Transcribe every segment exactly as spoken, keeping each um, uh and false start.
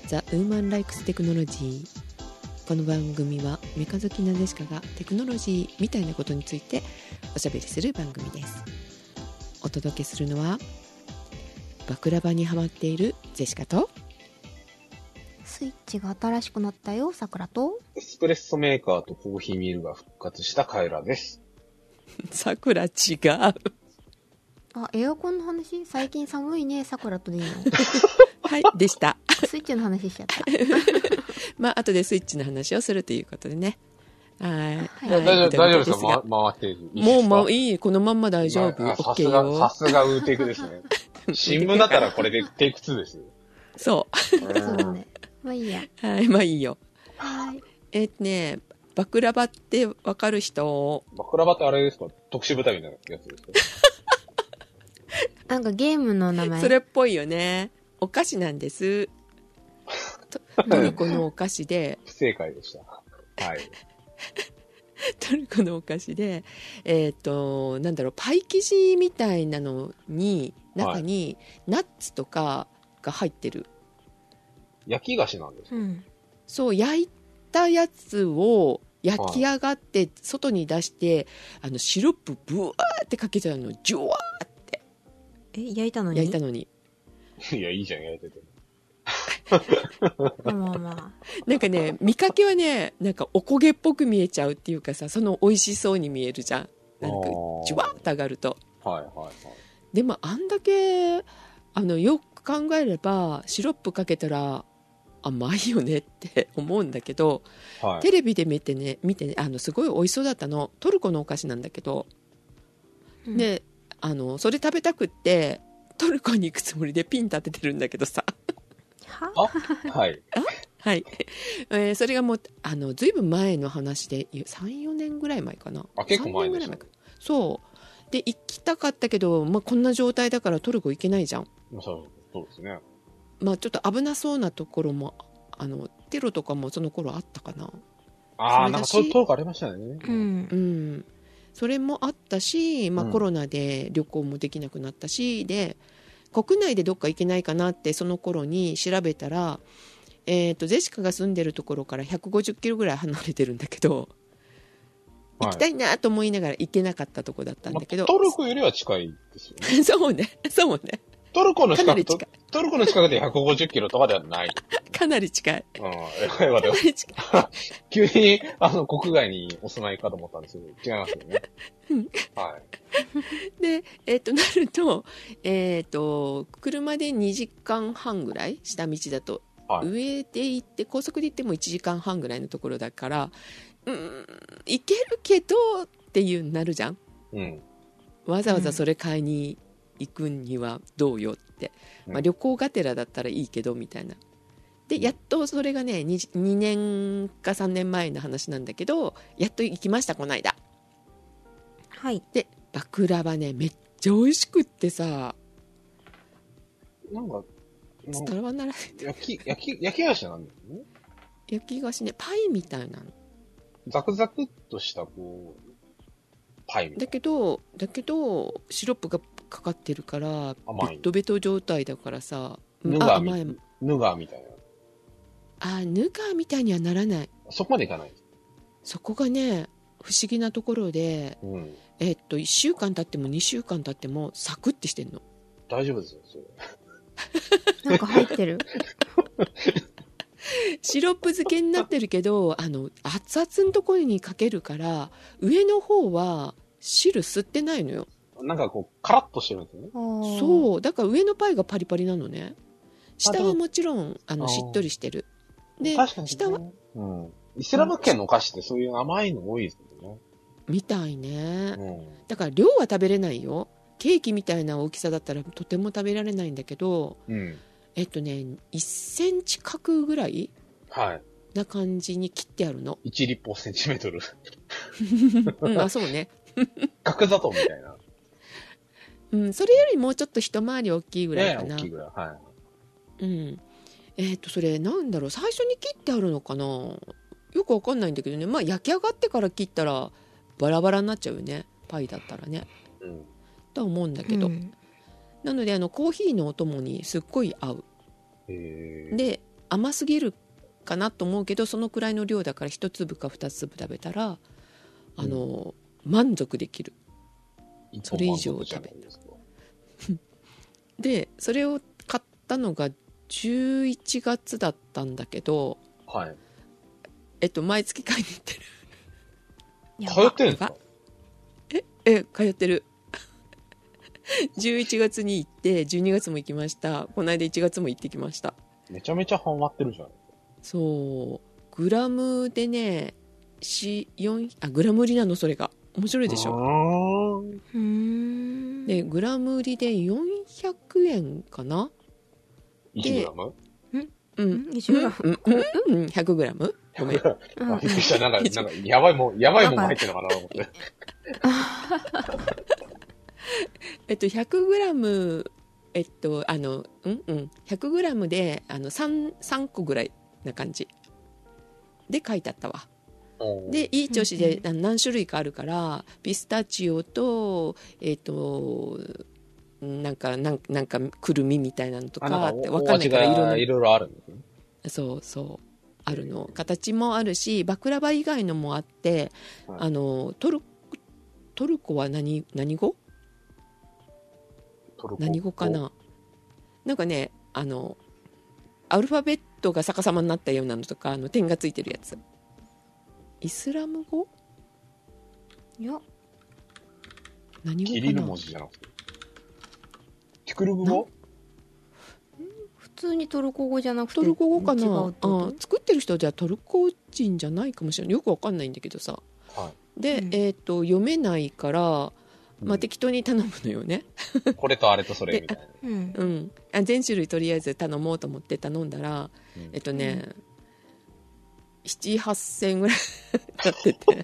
ザ・ウーマン・ライクス・テクノロジー。この番組はメカ好きなジェシカがテクノロジーみたいなことについておしゃべりする番組です。お届けするのはバクラバにハマっているジェシカと、 スイッチが新しくなったよさくらと、 エスプレッソメーカーとコーヒーミルが復活したカエラです。 さくら違う。 あ、エアコンの話最近寒いねさくらとでいいのはいでした。 スイッチの話しちゃったまあ後でスイッチの話をするということでね。はい、はい、 大丈夫大丈夫ですか、ま、回っていいもう、ま、いいこのまんま大丈夫、 まあ、 オッケーよ。 さすがウーテクですね。新聞だったらこれでテイクツーです。 そうそうだね。まあいいや。 はい、まあいいよ。 はい。 えっとね、バクラバってわかる人？ バクラバってあれですか、特殊部隊みたいなやつですか？ なんかゲームの名前。 それっぽいよね。お菓子なんです。トルコのお菓子で。 不正解でした。はい。 トルコのお菓子で、えっと、なんだろう、パイ生地みたいなのに、中にナッツとかが入ってる。 焼き菓子なんですか？ うん。 そう、焼いたやつを焼き上がって外に出して、あのシロップブワーってかけちゃうの、ジュワーって。 え、焼いたのに？ 焼いたのに。 いや、いいじゃん、焼いてて。 まあまあまあ。 なんかね、見かけはね、なんかおこげっぽく見えちゃうっていうかさ、その美味しそうに見えるじゃん。なんかジュワーって上がると。 はいはいはい。 でもあんだけあのよく考えればシロップかけたら甘いよねって思うんだけど、はい、テレビで見てね、見てね、あのすごい美味しそうだったの。トルコのお菓子なんだけど、うん、で、あのそれ食べたくってトルコに行くつもりでピン立ててるんだけどさ。 はあ、はい。 あ、はい。えー、それがもうあのずいぶん前の話でさん、よねんぐらい前かな。 あ、結構前ですね。 そうで行きたかったけど、まあ、こんな状態だからトルコ行けないじゃん。 そうそうですね。 まあちょっと危なそうなところも、あのテロとかもその頃あったかな。 ああ、なんかそういうトルコありましたね。 うん、 うん、それもあったし、まあ、コロナで旅行もできなくなったし、うん、で国内でどっか行けないかなってその頃に調べたら、えーと、ジェシカが住んでるところからひゃくごじゅっキロぐらい離れてるんだけど、はい、行きたいなと思いながら行けなかったとこだったんだけど、 まあ、トルコよりは近いですよね。 そうね、そうね。 トルコの近くトルコの近くでひゃくごじゅっキロとかではない。 かなり近い。 うん、よかったよ。急にあの国外にお住まいかと思ったんですけど、違いますよね。はい。 で、えっとなると、えっと車でにじかんはんぐらい下道だと、はい、上で行って高速で行ってもいちじかんはんぐらいのところだから、うーん行けるけどっていうなるじゃん。うん。わざわざそれ買いに行くにはどうよって、うん、まあ、旅行がてらだったらいいけどみたいな。でやっとそれがね 2, にねんかさんねんまえの話なんだけど、やっと行きましたこの間。 はい。 でバクラバねめっちゃ美味しくってさ、 なんか伝わらない。 焼き焼き焼き菓子なんですね。 焼き菓子ね、パイみたいなの。 ザクザクっとしたこうパイみたいな。だけどだけどシロップがかかってるからベトベト状態だからさ、 ヌガーみたいな。ヌガーみたいな。 あ、ヌガーみたいにはならない。 そこまでいかないです。そこがね不思議なところで、うん、えっといっしゅうかん経ってもにしゅうかん経ってもサクッてしてんの。 大丈夫ですよそれ。 なんか入ってる。 シロップ漬けになってるけど、あの熱々のところにかけるから上の方は汁吸ってないのよ。 なんかこうカラッとしてるんですよね。 そうだから上のパイがパリパリなのね。下はもちろんあのしっとりしてる。で確かに、ね、 下は、 うん、イスラム圏のお菓子ってそういう甘いの多いですよね。 みたいね、うん、だから量は食べれないよ。ケーキみたいな大きさだったらとても食べられないんだけど、うん、えっとねいっセンチ角ぐらい、はい、な感じに切ってあるの。 いち立方センチメートル。 うん、あ、そうね。 角砂糖みたいな。 うん、それよりもうちょっと一回り大きいぐらいかな。 大きいぐらい、はい。 うん。えっとそれなんだろう、最初に切ってあるのかな、よくわかんないんだけどね。まあ焼き上がってから切ったらバラバラになっちゃうよね、パイだったらね、うん、とは思うんだけど、うん、なのであのコーヒーのお供にすっごい合う。へー。で甘すぎるかなと思うけど、そのくらいの量だから一粒か二粒食べたらあの、うん、満足できる。それ以上食べたでそれを買ったのがじゅういちがつだったんだけど、 はい、 えっと毎月買いに行ってる。 通ってるんですか？ ええ通ってるじゅういちがつに行ってじゅうにがつも行きました。この間いちがつも行ってきました。 めちゃめちゃハマってるじゃん。 そうグラムでねよんあグラム売りなの。それが面白いでしょ。 うーんでグラム売りでよんひゃくえんかな。 いちグラム？ うん、 いちグラム、 うん、ひゃくグラム？ごめん。 あ、びっくりした。なんか、なんか、やばいもん、やばいもん入ってるのかなと思って。 えっと、ひゃくグラム、えっと、あの、うんうん、ひゃくグラムで、あの、3、3個ぐらいな感じ。で書いてあったわ。で、いい調子で何種類かあるから、ピスタチオと、えっと、なんか、なんなんか、くるみみたいなのとかって分かんないから、 色々いろいろあるんですね。 そうそう。あるの。形もあるし、バクラバ以外のもあって、はい、あの、トル、トルコは何、何語？トルコ何語かな？なんかね、あの、アルファベットが逆さまになったようなのとか、あの点がついてるやつ。イスラム語？ いや。 何語かな？ キリル文字じゃなくて。テュクルグ語？ 普通にトルコ語じゃなくてトルコ語かな。あ作ってる人じゃトルコ人じゃないかもしれない。よくわかんないんだけどさ。 はい、 で、うん、えっと読めないから、まあ、適当に頼むのよね。 これとあれとそれみたいな。 うん、うん、あ全種類とりあえず頼もうと思って頼んだら、うん、えっとね、うん、なな、はっせんぐらいなってて。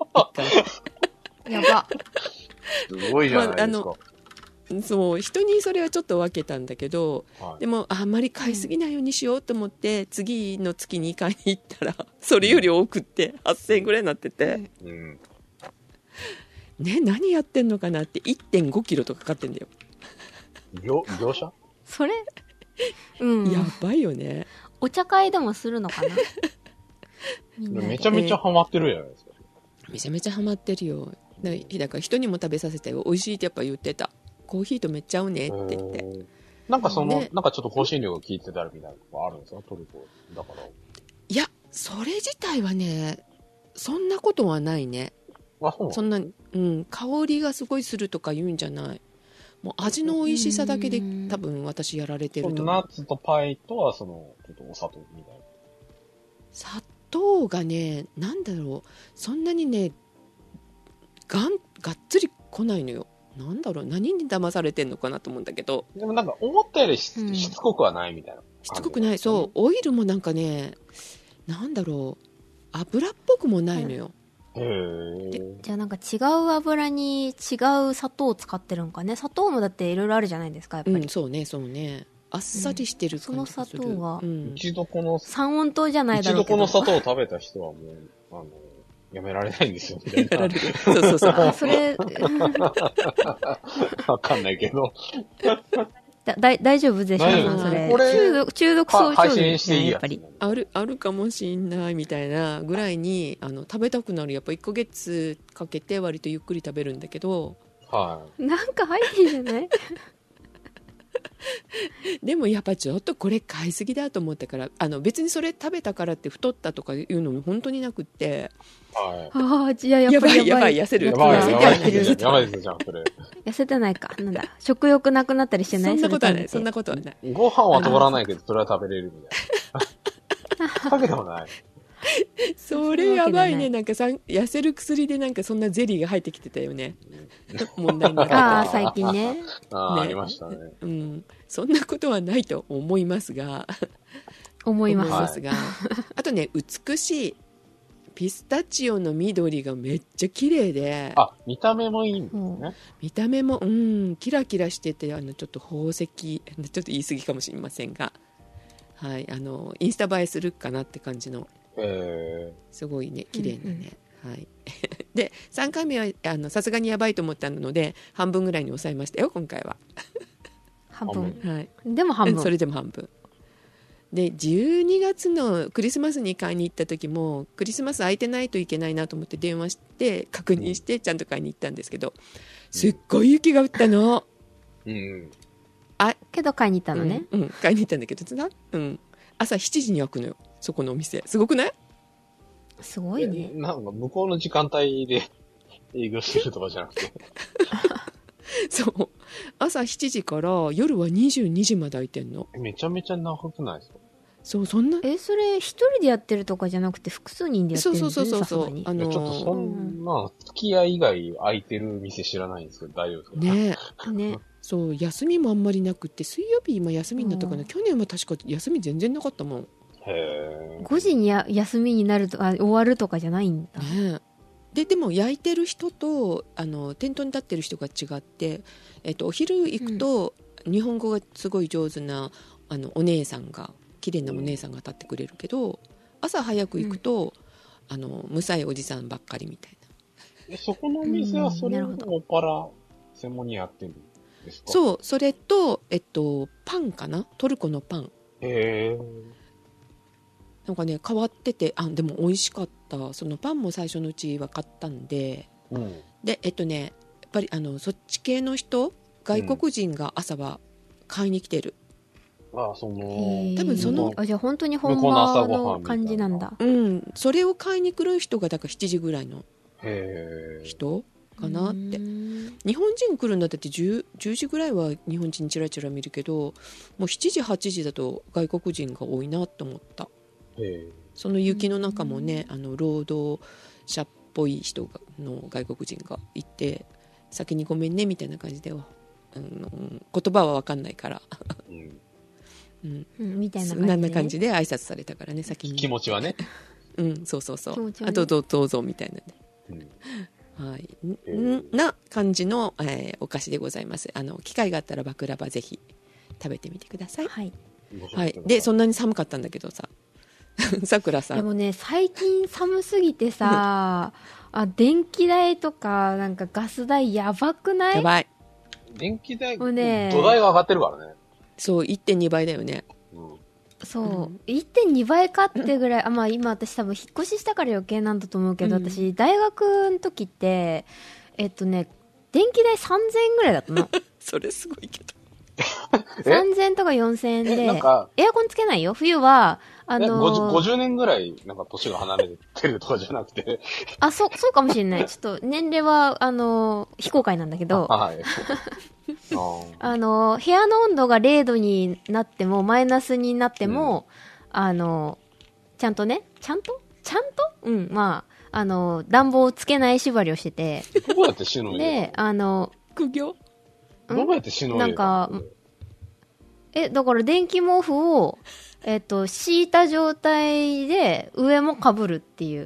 やば。 すごいじゃないですか。まあ、あのそう人にそれはちょっと分けたんだけど、はい、でもあんまり買いすぎないようにしようと思って、うん、次の月に買いに行ったらそれより多くってはっせんえんぐらいになってて、うん、ね何やってんのかなって いってんごキロとかかってんだよ。 業業者それ、うん、 やばいよね。 お茶会でもするのかな。 みんなめちゃめちゃハマってるじゃないですか。 えー、めちゃめちゃハマってるよ。だから人にも食べさせて美味しいってやっぱ言ってた。コーヒーとめっちゃ合うねって言って。 なんかその、ね、なんかちょっと香辛料が効いてたりみたいなのがあるんですか、トルコだから。 いや、それ自体はね、そんなことはないね。 あ、そうそんな、うん、香りがすごいするとか言うんじゃない。もう味の美味しさだけで多分私やられてると思う。 ナッツとパイとはその、ちょっとお砂糖みたいな。 砂糖がね、なんだろう、そんなにね、がん、がっつり来ないのよ。なんだろう何に騙されてんのかなと思うんだけど、 でもなんか思ったより し,、うん、しつこくはないみたいな、 しつこくない。そうオイルもなんかねなんだろう油っぽくもないのよ、 うん、へえ。 じゃあなんか違う油に違う砂糖を使ってるのかね。砂糖もだっていろいろあるじゃないですかやっぱり、 うん、そうねそうねあっさりしてる感じがする、 うん、その砂糖が、 うん、一度この三温糖じゃないだろうけど、 一度この砂糖を食べた人はもうあのやめられないんですよみたいな。 そうそうそう。 あ、それわかんないけど。 だだ大丈夫でしょうかそれ。中毒中毒症状ですねやっぱり。 あるあるかもしんないみたいなぐらいにあの食べたくなる。やっぱいっかげつかけて割とゆっくり食べるんだけど。 はい。 なんか入ってんじゃない？ でもやっぱちょっとこれ買いすぎだと思ったからあの別にそれ食べたからって太ったとかいうのも本当になくって、 はい、 ああじゃあやっぱりやばいやばい痩せるやばいやばいやばいですじゃんそれ痩せてないかなんだ食欲なくなったりしてない？ そんなことはないそんなことはない。 ご飯は通らないけどそれは食べれるみたいな食べてもないそれやばいね。なんかさ痩せる薬でなんかそんなゼリーが入ってきてたよね問題になってああ最近ねあ、ね、ありましたね、 うん、そんなことはないと思いますが思います、 思いますが、はい、あとね美しいピスタチオの緑がめっちゃ綺麗で、 あ見た目もいいんですね、うん、 見た目もうんキラキラしててあのちょっと宝石ちょっと言い過ぎかもしれませんが、はい、あのインスタ映えするかなって感じのえー、 すごいね綺麗なね、うんうん、はい、でさんかいめはさすがにやばいと思ったので半分ぐらいに抑えましたよ今回は半分、 はい、 でも半分それでも半分でじゅうにがつのクリスマスに買いに行った時もクリスマス空いてないといけないなと思って電話して確認してちゃんと買いに行ったんですけど、すっごい雪が降ったの。 うん。 あ、けど買いに行ったのね。 うん、うん、買いに行ったんだけどさ、うん、朝しちじに開くのよ、そこのお店。すごくない？ すごいね。 なんか向こうの時間帯で営業してるとかじゃなくて。 そう朝しちじから夜はにじゅうにじまで開いてんの。 めちゃめちゃ長くないですか？ そう、そんなえそれ一人でやってるとかじゃなくて複数人でやってるんですね。 そうそうそうそう、 あのー、ちょっとそんな付き合い以外空いてる店知らないんですけど大丈夫ですかね。 ねそう休みもあんまりなくって、水曜日今休みになったかな、去年は確か休み全然なかったもん。 へー。 ごじにや休みになるとあ終わるとかじゃないんだね。ででも焼いてる人とあの店頭に立ってる人が違って、えっと、お昼行くと、うん、日本語がすごい上手なあのお姉さんが綺麗なお姉さんが立ってくれるけど、朝早く行くと、うん、あのむさいおじさんばっかりみたいな。 えそこのお店はそれをもっぱら専門にやってるんですか？ そう、それと、えっと、パンかな、トルコのパン。 へー。 なんかね変わってて、あでも美味しかった。そのパンも最初のうちは買ったんで、 うん、 でえっとねやっぱりあのそっち系の人、外国人が朝は買いに来てる、 うん、あその多分そのあじゃあ本当に本場の感じなんだ。 うん、それを買いに来る人がだからしちじぐらいの人かなって。日本人来るんだって 10, 10時ぐらいは日本人チラチラ見るけど、もうしちじはちじだと外国人が多いなと思った。その雪の中もね、あの労働者っぽい人がの外国人がいて、先にごめんねみたいな感じで、うん、言葉は分かんないから、 うんうん、みたいな感じで、 ね、な感じで挨拶されたからね、先に。 気持ちはね、 うん、そうそうそう、 ね、 あとどうぞどうぞみたいなね、うん、はい、な感じの、えー、お菓子でございます。あの機会があったらバクラバぜひ食べてみてください。 はい、 はい、でそんなに寒かったんだけどささくらさん。 でもね最近寒すぎてさあ電気代とかなんかガス代やばくない？ やばい。 電気代、 ね、 土台が上がってるからね。 そう いってんにばいだよね、 うん、 そう、うん、いってんにばいかってぐらい、あ、まあ、今私多分引っ越ししたから余計なんだと思うけど、うん、私大学の時ってえっとね電気代さんぜんえんぐらいだったのそれすごいけどさんぜんえんとかよんせんえんでエアコンつけないよ冬は。あのー、 ごじゅう, ごじゅうねんぐらいなんか年が離れてるとかじゃなくてあ、そう、そうかもしれない。ちょっと年齢はあのー、非公開なんだけどはいあのー、部屋の温度がれいどになってもマイナスになっても、うん、あのー、ちゃんとねちゃんとちゃんとうんまああのー、暖房をつけない縛りをしててどうやってしのいでであの苦行どうやってしのいでなんかえだから電気毛布をえっと、敷いた状態で上も被るっていう。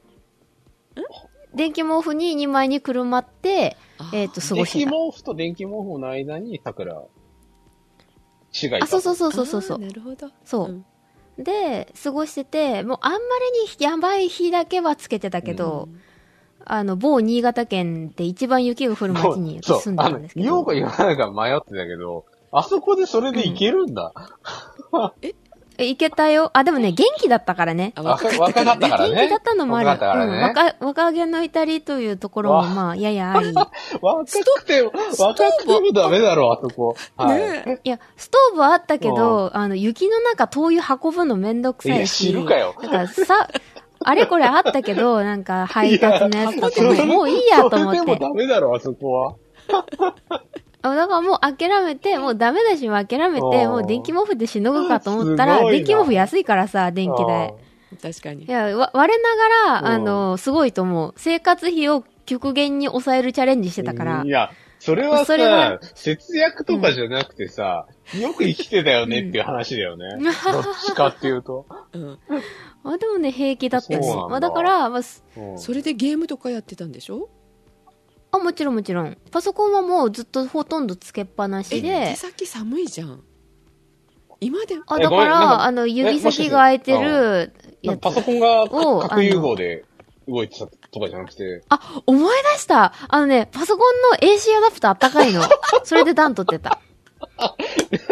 電気毛布ににまいにくるまって、えっと、過ごしてた。 電気毛布と電気毛布の間に桜、違いが。 あ、そうそうそうそうそう。 なるほど。 そう。うん、で、過ごしてて、もうあんまりにやばい日だけはつけてたけど、うん、あの、某新潟県って一番雪が降る町に住んでたんですけど。 言おうか言わないか迷ってたけど、あそこでそれでいけるんだ。 うん、えいけたよ。あ、でもね、元気だったからね。 若かったからね。 元気だったのもある。 若かったからね。 うん、若、若気の至りというところも、まあ、ややあり。 若くて、若くてもダメだろ、あそこ。はい。 ね、いや、ストーブはあったけど、あの、雪の中灯油運ぶのめんどくさいし。 いや、知るかよ。 なんかさ、あれこれあったけど、なんか配達のやつとかも、もういいやと思って。 それでもダメだろ、あそこは。 だからもう諦めて、もうダメだし、もう諦めて、もう電気毛布でしのぐかと思ったら、電気毛布安いからさ、電気代。 確かに。 いや、わ、我ながら、あの、すごいと思う。生活費を極限に抑えるチャレンジしてたから。 いや、それはさ、それは節約とかじゃなくてさ、うん、よく生きてたよねっていう話だよね。うん、どっちかっていうと。うん。 あ、でもね、平気だったね。まあだから、まあ、 うん、それでゲームとかやってたんでしょ？ あ、もちろんもちろん。パソコンはもうずっとほとんでつけっぱなしで。 手先寒いじゃん。今で。 あ、だから、あの、指先が空いてるやつ。 パソコンが核融合で動いてたとかじゃなくて。 あ、思い出した。あのね、パソコンの エーシー アダプターあったかいの。それで暖取ってた。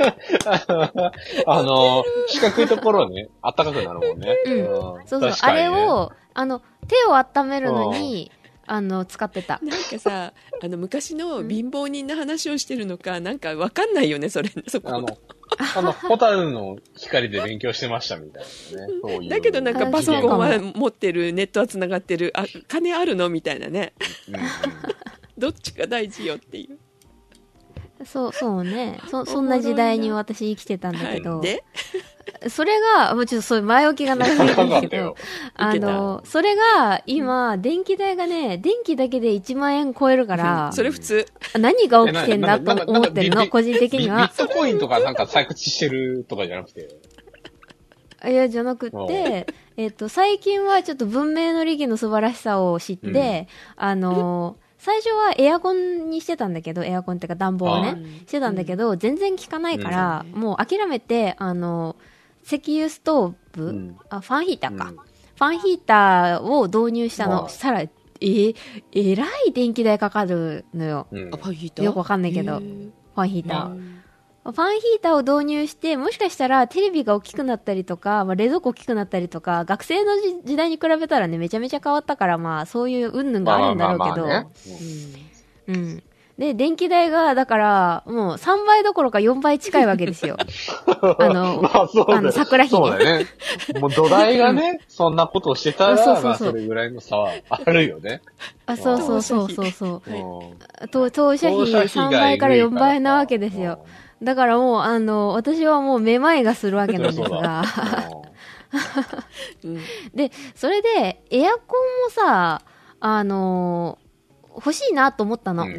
あの、四角いところね、暖かくなるもんね。 うん。うん、そうそう、ね、あれを、あの、手を温めるのに、あの、使ってた。 なんかさ、あの、昔の貧乏人の話をしてるのか、なんかわかんないよね、それ、そこ。 あの、あの、ホタルの光で勉強してましたみたいなね。そういう。 だけどなんかパソコンは持ってる、ネットは繋がってる、あ、金あるのみたいなね。うんうん、どっちが大事よっていう。 そう、そうね。そ、そんな時代に私生きてたんだけど。 はい、でそれが、もうちょっとそういう前置きが長すぎるんですけど、あの、それが今、電気代がね、電気だけでいちまんえん超えるから、 それ普通。 何が起きてんだと思ってるの、個人的には。 ビットコインとかなんか採掘してるとかじゃなくて。 いや、じゃなくて、えっと、最近はちょっと文明の利器の素晴らしさを知って、うん、あの、最初はエアコンにしてたんだけど、エアコンっていうか暖房をね、してたんだけど、全然効かないから、うん、もう諦めて、あの、石油ストーブ、うん、あ、ファンヒーターか、うん。ファンヒーターを導入したの。したら、えー、えらい電気代かかるのよ。うん、ファンヒーターよくわかんないけど、ファンヒーター。ファンヒーターを導入して、もしかしたらテレビが大きくなったりとか、まあ、冷蔵庫大きくなったりとか、学生の時代に比べたらね、めちゃめちゃ変わったから、まあ、そういう云々があるんだろうけど、まあまあまあね、うん。うん。で、電気代が、だから、もうさんばいどころかよんばい近いわけですよ。あの、まあ、そうあの、桜費ね。 そうだね。もう土台がね、そんなことをしてたら、そうそうそう、まあ、それぐらいの差はあるよね。 あ、そうそうそうそうそう。と当社費さんばいからよんばいなわけですよ。だからもう、あの、私はもうめまいがするわけなんですが。で、それで、エアコンもさ、あの、欲しいなと思ったの。うん、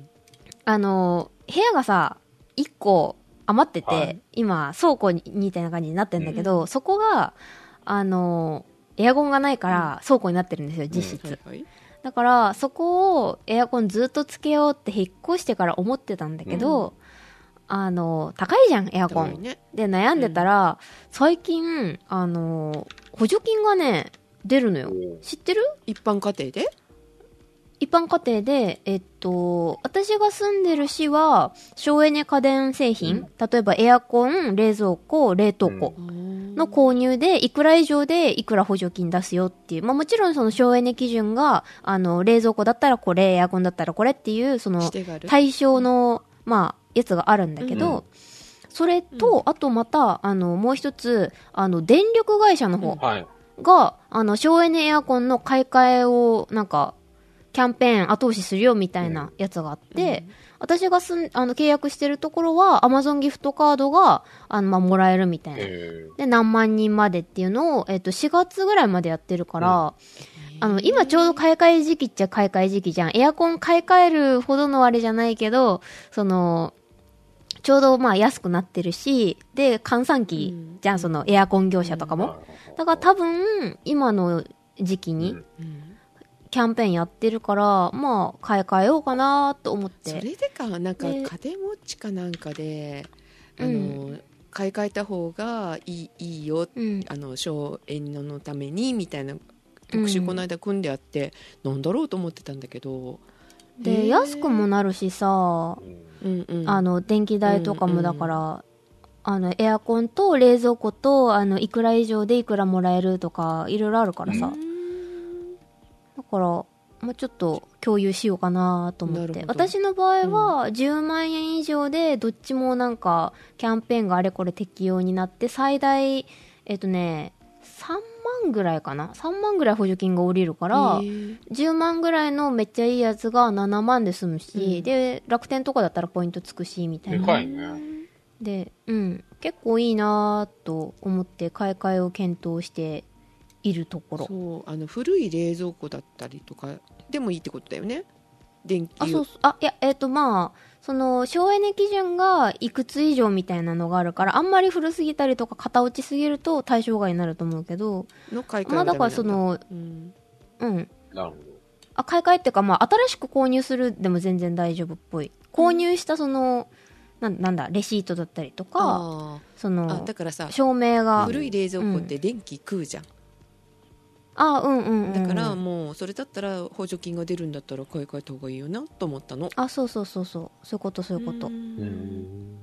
あの、部屋がさ、いっこ余ってて、はい、今、倉庫にみたいな感じになってんだけど、うん、そこが、あの、エアコンがないから倉庫になってるんですよ、実質。うんはいはい、だから、そこをエアコンずっとつけようって引っ越してから思ってたんだけど、うん、あの、高いじゃん、エアコン。ね、で、悩んでたら、うん、最近、あの、補助金がね、出るのよ。知ってる？ 一般家庭で？ 一般家庭で、えっと、私が住んでる市は、省エネ家電製品、うん、例えばエアコン、冷蔵庫、冷凍庫の購入で、いくら以上でいくら補助金出すよっていう。まあもちろんその省エネ基準が、あの、冷蔵庫だったらこれ、エアコンだったらこれっていう、その、対象の、まあ、やつがあるんだけど、うん、それと、うん、あとまた、あの、もう一つ、あの、電力会社の方が、うんはい、あの、省エネエアコンの買い替えを、なんか、キャンペーン後押しするよみたいなやつがあって、うん、私がすんあの契約してるところは Amazon ギフトカードがあの、まあ、もらえるみたいな。で、何万人までっていうのを、えっと、しがつぐらいまでやってるから、うん、あの、今ちょうど買い替え時期っちゃ買い替え時期じゃん。エアコン買い替えるほどのあれじゃないけど、その、ちょうどまあ安くなってるし、で、換算期じゃん、うん、そのエアコン業者とかも。だから多分、今の時期に、うんキャンペーンやってるから、まあ、買い替えようかなと思って。 それでか、なんか、家電ウォッチかなんかで、あの、うん、買い替えた方がいい、いいよ、うん、あの、省エネのために、みたいな特集この間組んであって、うん、なんだろうと思ってたんだけど。 で、安くもなるしさ、うんうん、あの、電気代とかもだから、うんうん、あの、エアコンと冷蔵庫と、あの、いくら以上でいくらもらえるとか、いろいろあるからさ。うんだから、もうちょっと共有しようかなと思って。私の場合は、じゅうまんえん以上で、どっちもなんか、キャンペーンがあれこれ適用になって、最大、えっとね、さんまんぐらいかな ?さん 万ぐらい補助金が下りるから、じゅうまんぐらいのめっちゃいいやつがななまんで済むし、うん、で、楽天とかだったらポイントつくし、みたいな。 でかいね。 で、うん。結構いいなと思って、買い替えを検討して、いるところそうあの古い冷蔵庫だったりとかでもいいってことだよね電気あそうそうあいやえっ、ー、とまあその省エネ基準がいくつ以上みたいなのがあるからあんまり古すぎたりとか型落ちすぎると対象外になると思うけどの買い替えまあだからそのうん、うん、 なるほどあ買い替えっていうかまあ新しく購入するでも全然大丈夫っぽい購入したその、うん、な, なんだレシートだったりとかそのあだからさ照明が古い冷蔵庫って電気食うじゃん、うんあうんうん、うん、 だからもうそれだったら補助金が出るんだったら買い替えた方がいいよなと思ったのあそうそうそうそうそういうことそういうこと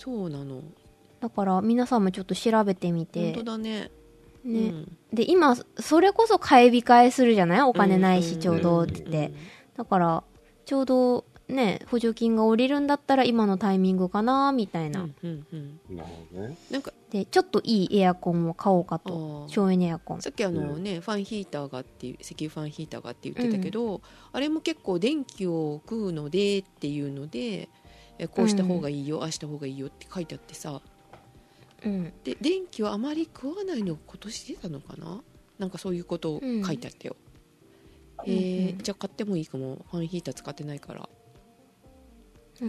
そうなの。 だから皆さんもちょっと調べてみて。 本当だね。 ね、 うん、 で今それこそ買い控えするじゃない、お金ないしちょうどって言って、だからちょうどね補助金が下りるんだったら今のタイミングかなみたいな、 うんうんうん、 なるほどね。 なんかでちょっといいエアコンを買おうかと、省エネエアコン。 さっきあのね、うん、ファンヒーターがっていう石油ファンヒーターがって言ってたけど、うん、あれも結構電気を食うのでっていうのでこうした方がいいよ、うん、ああした方がいいよって書いてあってさ、うん、で電気をあまり食わないのが今年出たのかな、なんかそういうことを書いてあったよ、うん、えーうん、じゃあ買ってもいいかも。ファンヒーター使ってないから。うん、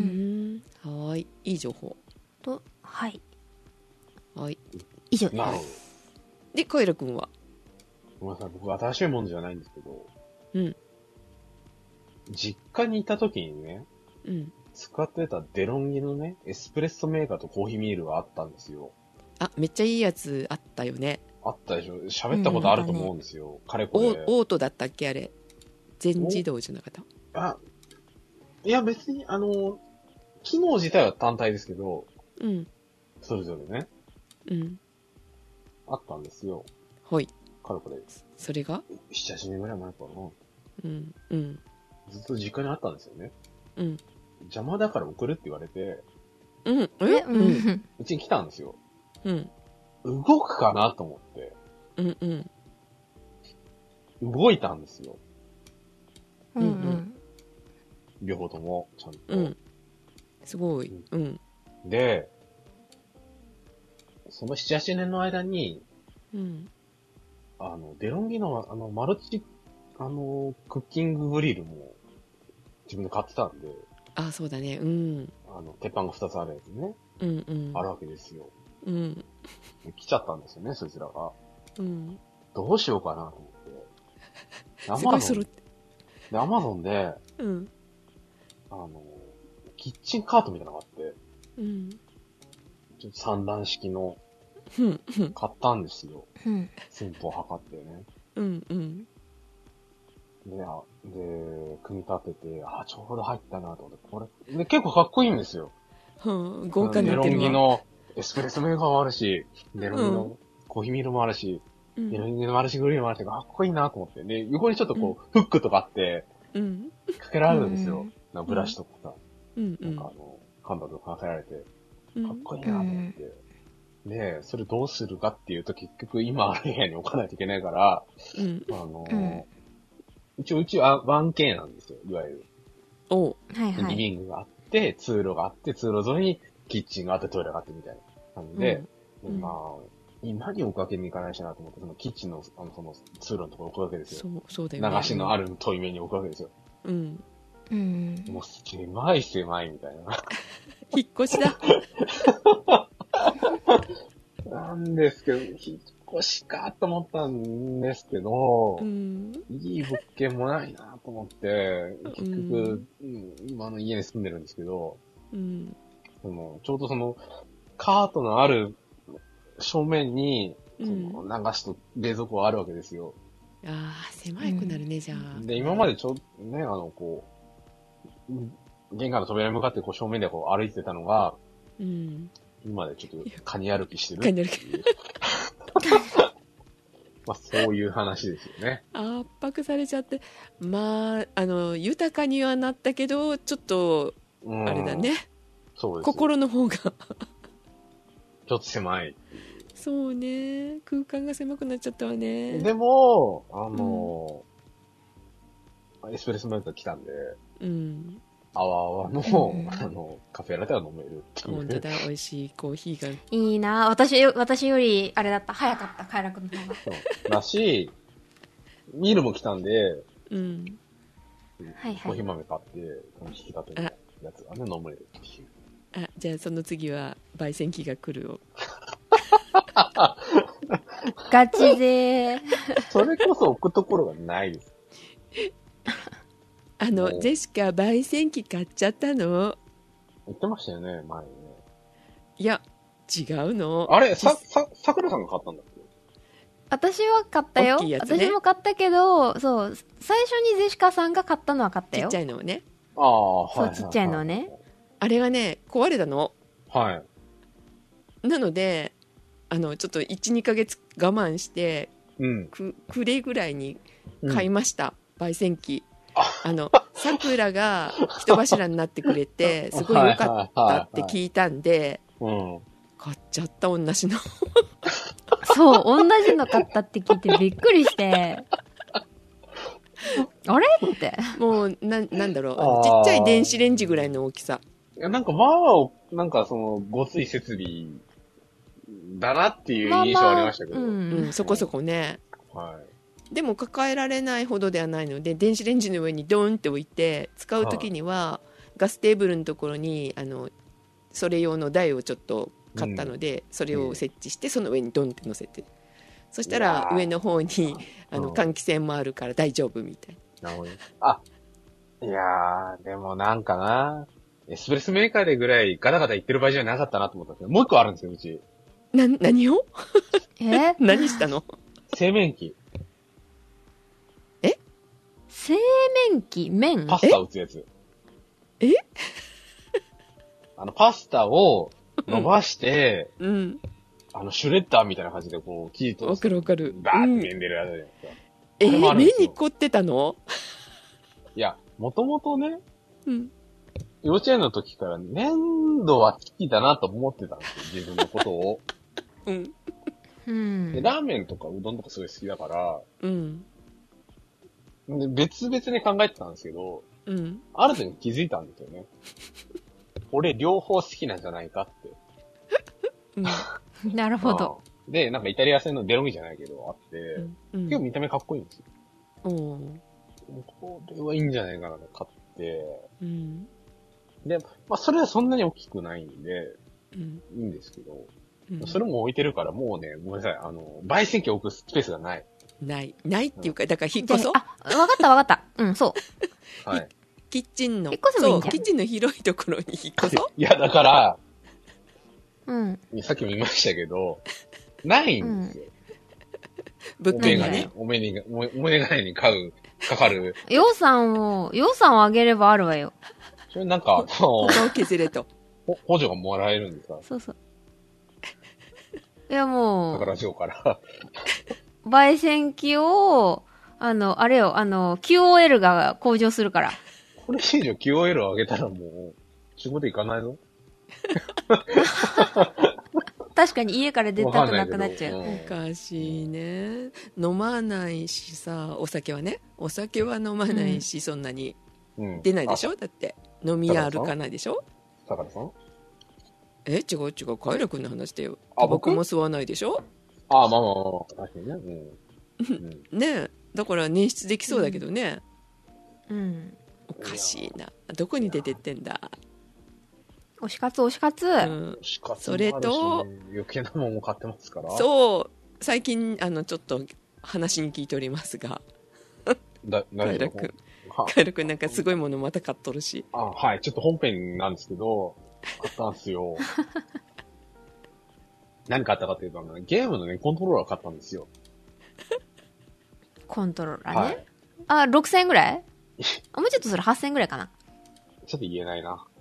うん、はい、いい情報と、はいはい以上です。 でカイラ君は？ ごめんなさい、僕新しいもんじゃないんですけど、 うん、 実家にいた時にね、うん、使ってたデロンギのねエスプレッソメーカーとコーヒーミールがあったんですよ。 あ、めっちゃいいやつあったよね。 あったでしょ。喋ったことあると思うんですよ。うん、かれこれ。 オートだったっけあれ。全自動じゃなかった？ あ、いや別に、あの、機能自体は単体ですけど、うん。それぞれね。うん。あったんですよ。 はい。 かれこれ。 それが？なな、 はちねんぐらい前かな。 うん。うん。 ずっと実家にあったんですよね。 うん。 邪魔だから送るって言われて、 うん。えうん。 うちに来たんですよ。 うん。 動くかなと思って。 うんうん。動いたんですよ。 うんうん。 両方とも、ちゃんと。 うん。すごい。うん。 で、そのなな、はちねんの間に、うん。あの、デロンギの、あの、マルチ、あの、クッキンググリルも、自分で買ってたんで。 あ、そうだね。うん。 あの、鉄板がふたつあるやつね。 うんうん。 あるわけですよ。 うん。 来ちゃったんですよね、そいつらが。 うん。 どうしようかなと思って。 すごい揃って。 で、アマゾンで、うん。あの、キッチンカートみたいなのがあって、うん。ちょっと三段式の、うん。買ったんですよ。うん。寸法測ってね。 うんうん。 で、あで、組み立てて、あ、ちょうど入ったなと思って、これ、で、結構かっこいいんですよ。 うん、豪華になってるわ。デロンギのエスプレッソメーカーもあるし、デロンギのコーヒーミールもあるし、うん、デロンギのマルチグリルもあるし、かっこいいなと思って。で、横にちょっとこう、うん、フックとかあって、うん、かけられるんですよ。うん、ブラシとかさ、うん、なんかあの、カンバとかかけられて、かっこいいなと思って。うん、で、それどうするかっていうと、結局今ある部屋に置かないといけないから、うん、あの、うん、一応うちは ワンケー なんですよ、いわゆる。 おはいはい。 リビングがあって、通路があって、通路沿いにキッチンがあって、トイレがあってみたいな感じで、うん、まあ、今に置くわけにいかないしなと思って、そのキッチンの、あの、その通路のところ置くわけですよ。 そう、そうだよね。 流しのある遠い面に置くわけですよ。 うん。 うん。 もう狭い狭いみたいな。 引っ越しだ。 なんですけど、引っ越しかと思ったんですけど、うん、いい物件もないなと思って、結局、うん、今の家に住んでるんですけど、うん、そのちょうどその、カートのある正面に、その流しと冷蔵庫があるわけですよ。 うん、ああ、狭くなるね、うん、じゃあ。 で、今までちょっとね、あの、こう、玄関の扉に向かってこう正面でこう歩いてたのが、うん、今でちょっとカニ歩きしてるっていう。カニ歩き。まあそういう話ですよね。 圧迫されちゃって、まあ、あの、豊かにはなったけど、ちょっと、あれだね。 そうです。 心の方が。ちょっと狭い。 そうね。空間が狭くなっちゃったわね。 でも、あの、うん、エスプレッソメーカー来たんで、うん。あわあわの、うん、あの、カフェラテは飲めるっていう。 本当だ、美味しいコーヒーが。 いいな私、私より、あれだった、早かった、カイラ君の方が。 そうだし、ミールも来たんで、うん。 はいはい。 コーヒー豆買って、この引き立てのやつがね、飲めるっていう。 あ、じゃあその次は、焙煎機が来るを。 ガチ勢。 それこそ置くところがないです。 あの、ジェシカ、焙煎機買っちゃったの。 言ってましたよね、前にね。 いや、違うの。 あれ、さ、さ、さくらさんが買ったんだっけ？ 私は買ったよ。ね、私も買ったけど、そう、最初にジェシカさんが買ったのは買ったよ。 ちっちゃいのをね。 ああ、はい。 そう、ちっちゃいのをね。 あれはね、壊れたの。 はい。 なのであのちょっと いち,に ヶ月我慢して、 うん、 く暮れぐらいに買いました、うん、焙煎機。あのさくらが人柱になってくれてすごい良かったって聞いたんで、買っちゃった同じのそう同じの買ったって聞いてびっくりしてあれってもうな、なんだろうあのちっちゃい電子レンジぐらいの大きさ。 いやなんかまあなんかそのごつい設備だなっていう印象ありましたけど、まあまあうんうん、そこそこね、 はい、 でも抱えられないほどではないので電子レンジの上にドーンって置いて使う時にはガステーブルのところにあのそれ用の台をちょっと買ったので、うん、それを設置してその上にドンって乗せて、そしたら上の方にあの換気扇もあるから大丈夫みたいな。なるほど。あ、いやーでもなんかなエスプレッソメーカーでぐらいガタガタ言ってる場合じゃなかったなと思ったんですけど、もう一個あるんですようち。 な何をえ何したの？ 製麺機。 え？ 製麺機麺？ パスタ打つやつ。 え？ あのパスタを伸ばして、 うん、うん、 あのシュレッダーみたいな感じでこう生地とわかるわかる。 バーって麺出るやつじゃないですか。 えー、麺に凝ってたの？ いや、もともとね、 うん、 幼稚園の時から粘土は好きだなと思ってたんですよ、自分のことを。 うん。 うん、 でラーメンとかうどんとかすごい好きだから、 うん、 で別々に考えてたんですけど、 うん、 ある時に気づいたんですよね。俺両方好きなんじゃないかって。 うん、なるほど。 で、なんかイタリア製のデロミじゃないけどあって、うん、結構見た目かっこいいんですよ。 うん、 これはいいんじゃないかなと買って、 うん、 で、まあそれはそんなに大きくないんで、うん、いいんですけど、うん、それも置いてるからもうね、ごめんなさい、あの、焙煎機置くスペースがない。 ない。ないっていうか、だから引っ越そう。 あ、わかったわかった。うん、そう。 はい。 キッチンの、 引っ越せばいいんじゃん。 そう、キッチンの広いところに引っ越そう。 いや、だから、 うん。 さっきも言いましたけど、ないんですよ。 うん、物件がね。 お目に、お目がないに買う、かかる。 予算を、予算を上げればあるわよ。 それなんか、 ここを削れと。 補助がもらえるんですか？ そうそう。いやもう。 だからラジオから。 焙煎機を、あの、あれよ、あの、キューオーエル が向上するから。 これ以上 キューオーエル を上げたらもう、仕事行かないぞ。 確かに家から出たくなくなっちゃう。 おかしいね。飲まないしさ、お酒はね。お酒は飲まないし、うん、そんなに出ないでしょ、うん、だって。飲み歩かないでしょ。 坂田さん？ え、違う違う。カイラ君の話だよ。タバコも吸わないでしょ。 ああ、まあまあまあ。確かにね。 うん、ねえ。だから捻出できそうだけどね。 うん。うん、 おかしいな。どこに出てってんだ。 推し活推し活。うん、 推し活それと、 余計なもんも買ってますから。 そう。最近、あの、ちょっと話に聞いておりますが。 だ、 カイラ君。カイラ君なんかすごいものまた買っとるし。 あ、はい。ちょっと本編なんですけど、買ったんですよ。何買ったかっていうと、ゲームのね、コントローラー買ったんですよ。 コントローラーね。はい、あ、ろくせんえんぐらいあ、もうちょっとそれはっせんえんぐらいかな。 ちょっと言えないな。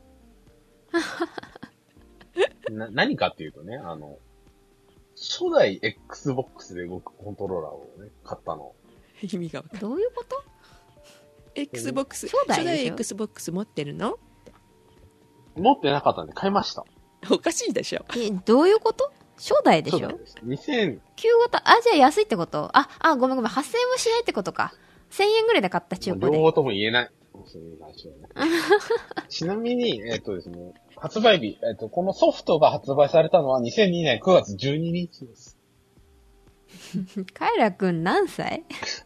な、何かっていうとね、あの、初代 Xbox で動くコントローラーをね、買ったの。 意味が分かる。 どういうこと ?Xbox、 初代、 初代 Xbox 持ってるの？ 持ってなかったんで買いました。 おかしいでしょ。 え、どういうこと？初代でしょ？ 初代です。にせん。 旧型、あ、じゃあ安いってこと？あ、あ、ごめんごめん、はっせんえんもしないってことか。せんえんぐらいで買った中古で。 両方とも言えない。そういう話ね、ちなみに、えっとですね、発売日、えっと、このソフトが発売されたのはにせんにねんくがつじゅうににちです。 カイラくん何歳？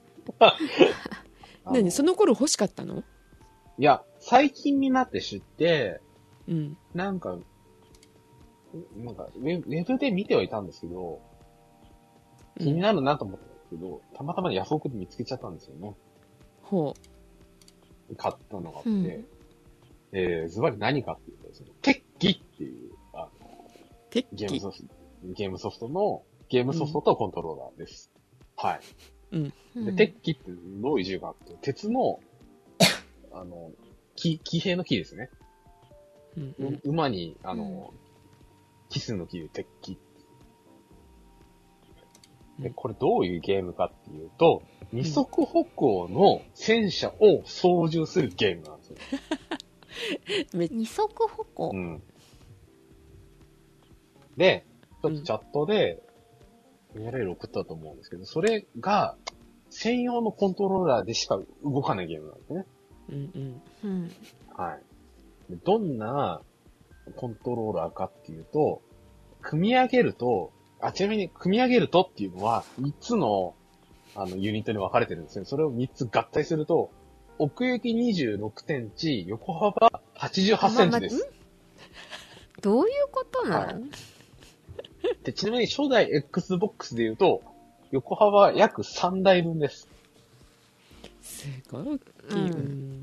何その頃欲しかったの？ いや、最近になって知って、 うん、 なんか、なんかウェ、ウェブで見てはいたんですけど、気になるなと思ったんですけど、うん、たまたまヤフオクで見つけちゃったんですよね。 ほう。 買ったのがあって、うん、えー、ズバリ何かっていうとですね、テッキっていう、あの、 テッキゲームソフト、ゲームソフトの、ゲームソフトとコントローラーです。うん、はい。 うん。 で、テッキってどういう字があって、鉄の、あの、騎、騎兵の騎ですね。 うんうん、 馬に、あの、 奇数の奇で鉄器。で、これどういうゲームかっていうと、二足歩行の戦車を操縦するゲームなんですよ。 二足歩行、 うん、で、ちょっとチャットで ユーアールエル 送ったと思うんですけど、それが専用のコントローラーでしか動かないゲームなんですね。 うんうん。 はい。でどんなコントローラーかっていうと、組み上げると、あ、ちなみに組み上げるとっていうのはみっつのあのユニットに分かれてるんですよ。それをみっつ合体すると、奥行きにじゅうろくセンチ、横幅はちじゅうはちセンチです。まあまあ、どういうことなの、はい、 でちなみに初代 Xbox で言うと、横幅約さんだいぶんです。 すごい大きい、うん。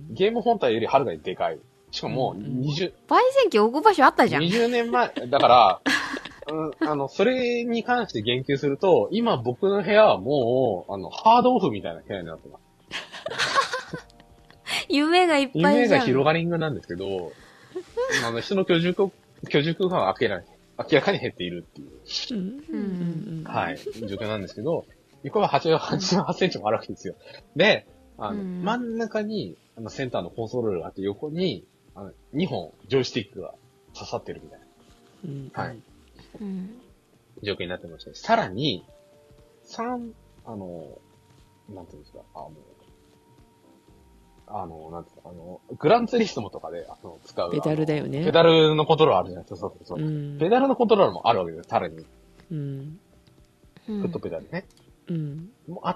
ゲーム本体よりはるかにでかい。しかもにじゅう、 焙煎機置く場所あったじゃん。 にじゅうねんまえ、だから、うん、あの、それに関して言及すると、今僕の部屋はもう、あの、ハードオフみたいな部屋になってます。 夢がいっぱいじゃん。 夢が広がりんぐなんですけど、あの、人の居住空居住空間は明らかに、明らかに減っているっていう、 うん、 はい、状況なんですけど、横ははちじゅうはちセンチもあるわけですよ。で、あの、うん、真ん中に、あの、センターのコンソールがあって、横に、あの、にほん、ジョイスティックが刺さってるみたいな。 うん、 はい。 うん、 状況になってまして、さらに、三、あの、なんていうんですか、あの、あの、なんていうか、あの、グランツーリスモとかで、あの、使う。 ペダルだよね。 ペダルのコントローラーあるじゃないですか、そうそうそう。うん、ペダルのコントローラーもあるわけですよ、さらに。 うん。 フットペダルね。 うん。 もあって、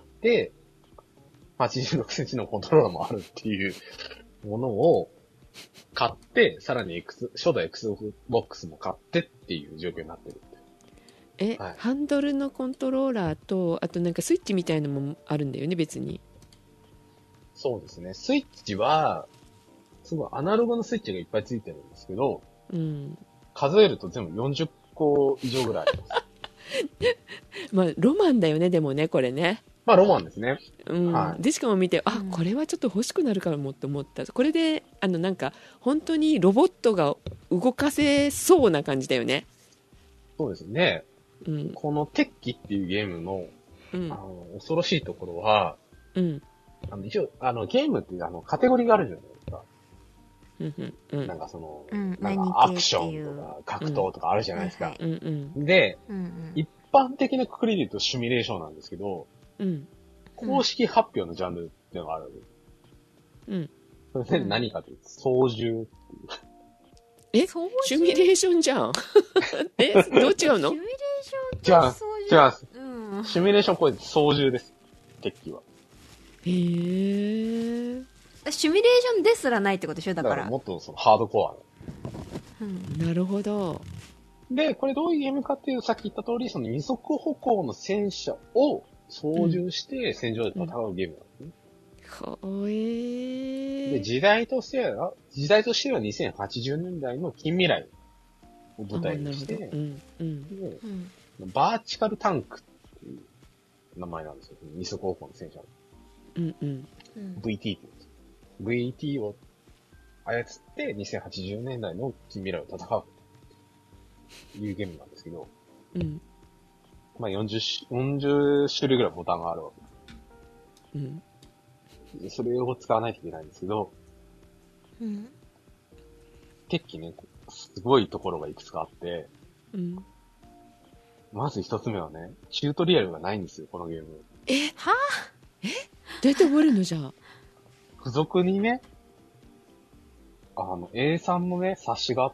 はちじゅうろくセンチのコントローラーもあるっていうものを買って、さらに X、初代 Xbox も買ってっていう状況になってる。 え、はい、ハンドルのコントローラーと、あとなんかスイッチみたいなのもあるんだよね、別に。 そうですね。スイッチは、すごいアナログのスイッチがいっぱいついてるんですけど、 うん、 数えると全部よんじゅっこ以上ぐらいあります。 まあ、ロマンだよね、でもね、これね。 まあ、ロマンですね。 うん。はい、で、しかも見て、あ、これはちょっと欲しくなるかもって思った。これで、あの、なんか、本当にロボットが動かせそうな感じだよね。 そうですね。 うん、 この鉄器っていうゲームの、うん、あの恐ろしいところは、 うん、 あの一応、あの、ゲームってあの、カテゴリーがあるじゃないですか。 うんうん、 なんかその、 うん、 なんかアクションとか格闘とかあるじゃないですか。 うんうんうん、 で、 うんうん、 一般的なくくりで言うとシミュレーションなんですけど、 うん、 公式発表のジャンルっていうのがあるわけです。 うん。 それで何かというと、操縦っていう。 えシミュレーションじゃん。えどう違うの？ シミュレーションと操縦。 違う、違います。うん、シミュレーションこれ操縦です。鉄器は。 へー。 シミュレーションですらないってことでしょ、だから。だからもっとそのハードコアな、うん。なるほど。 で、これどういうゲームかっていうと、さっき言った通り、その二足歩行の戦車を操縦して戦場で戦うゲームなんですね。 かわいい。 で、時代としては、時代としてはにせんはちじゅうねんだいの近未来を舞台にして、 うんうん、 で、うん、バーチカルタンクっていう名前なんですよ。二足歩行の戦車の。 うんうん、 ブイティー って言うんです。ブイティー を操ってにせんはちじゅうねんだいの近未来を戦うというゲームなんですけど、 うん、 まあよんじゅう、よんじゅっしゅるいぐらいボタンがあるわけ。うん。 それを使わないといけないんですけど、 うん。 鉄器ね、すごいところがいくつかあって、 うん。 まず一つ目はね、チュートリアルがないんですよ、このゲーム。 えはぁえどうやって覚えるのじゃあ。 付属にね、あの、エーさん のね、冊子があって、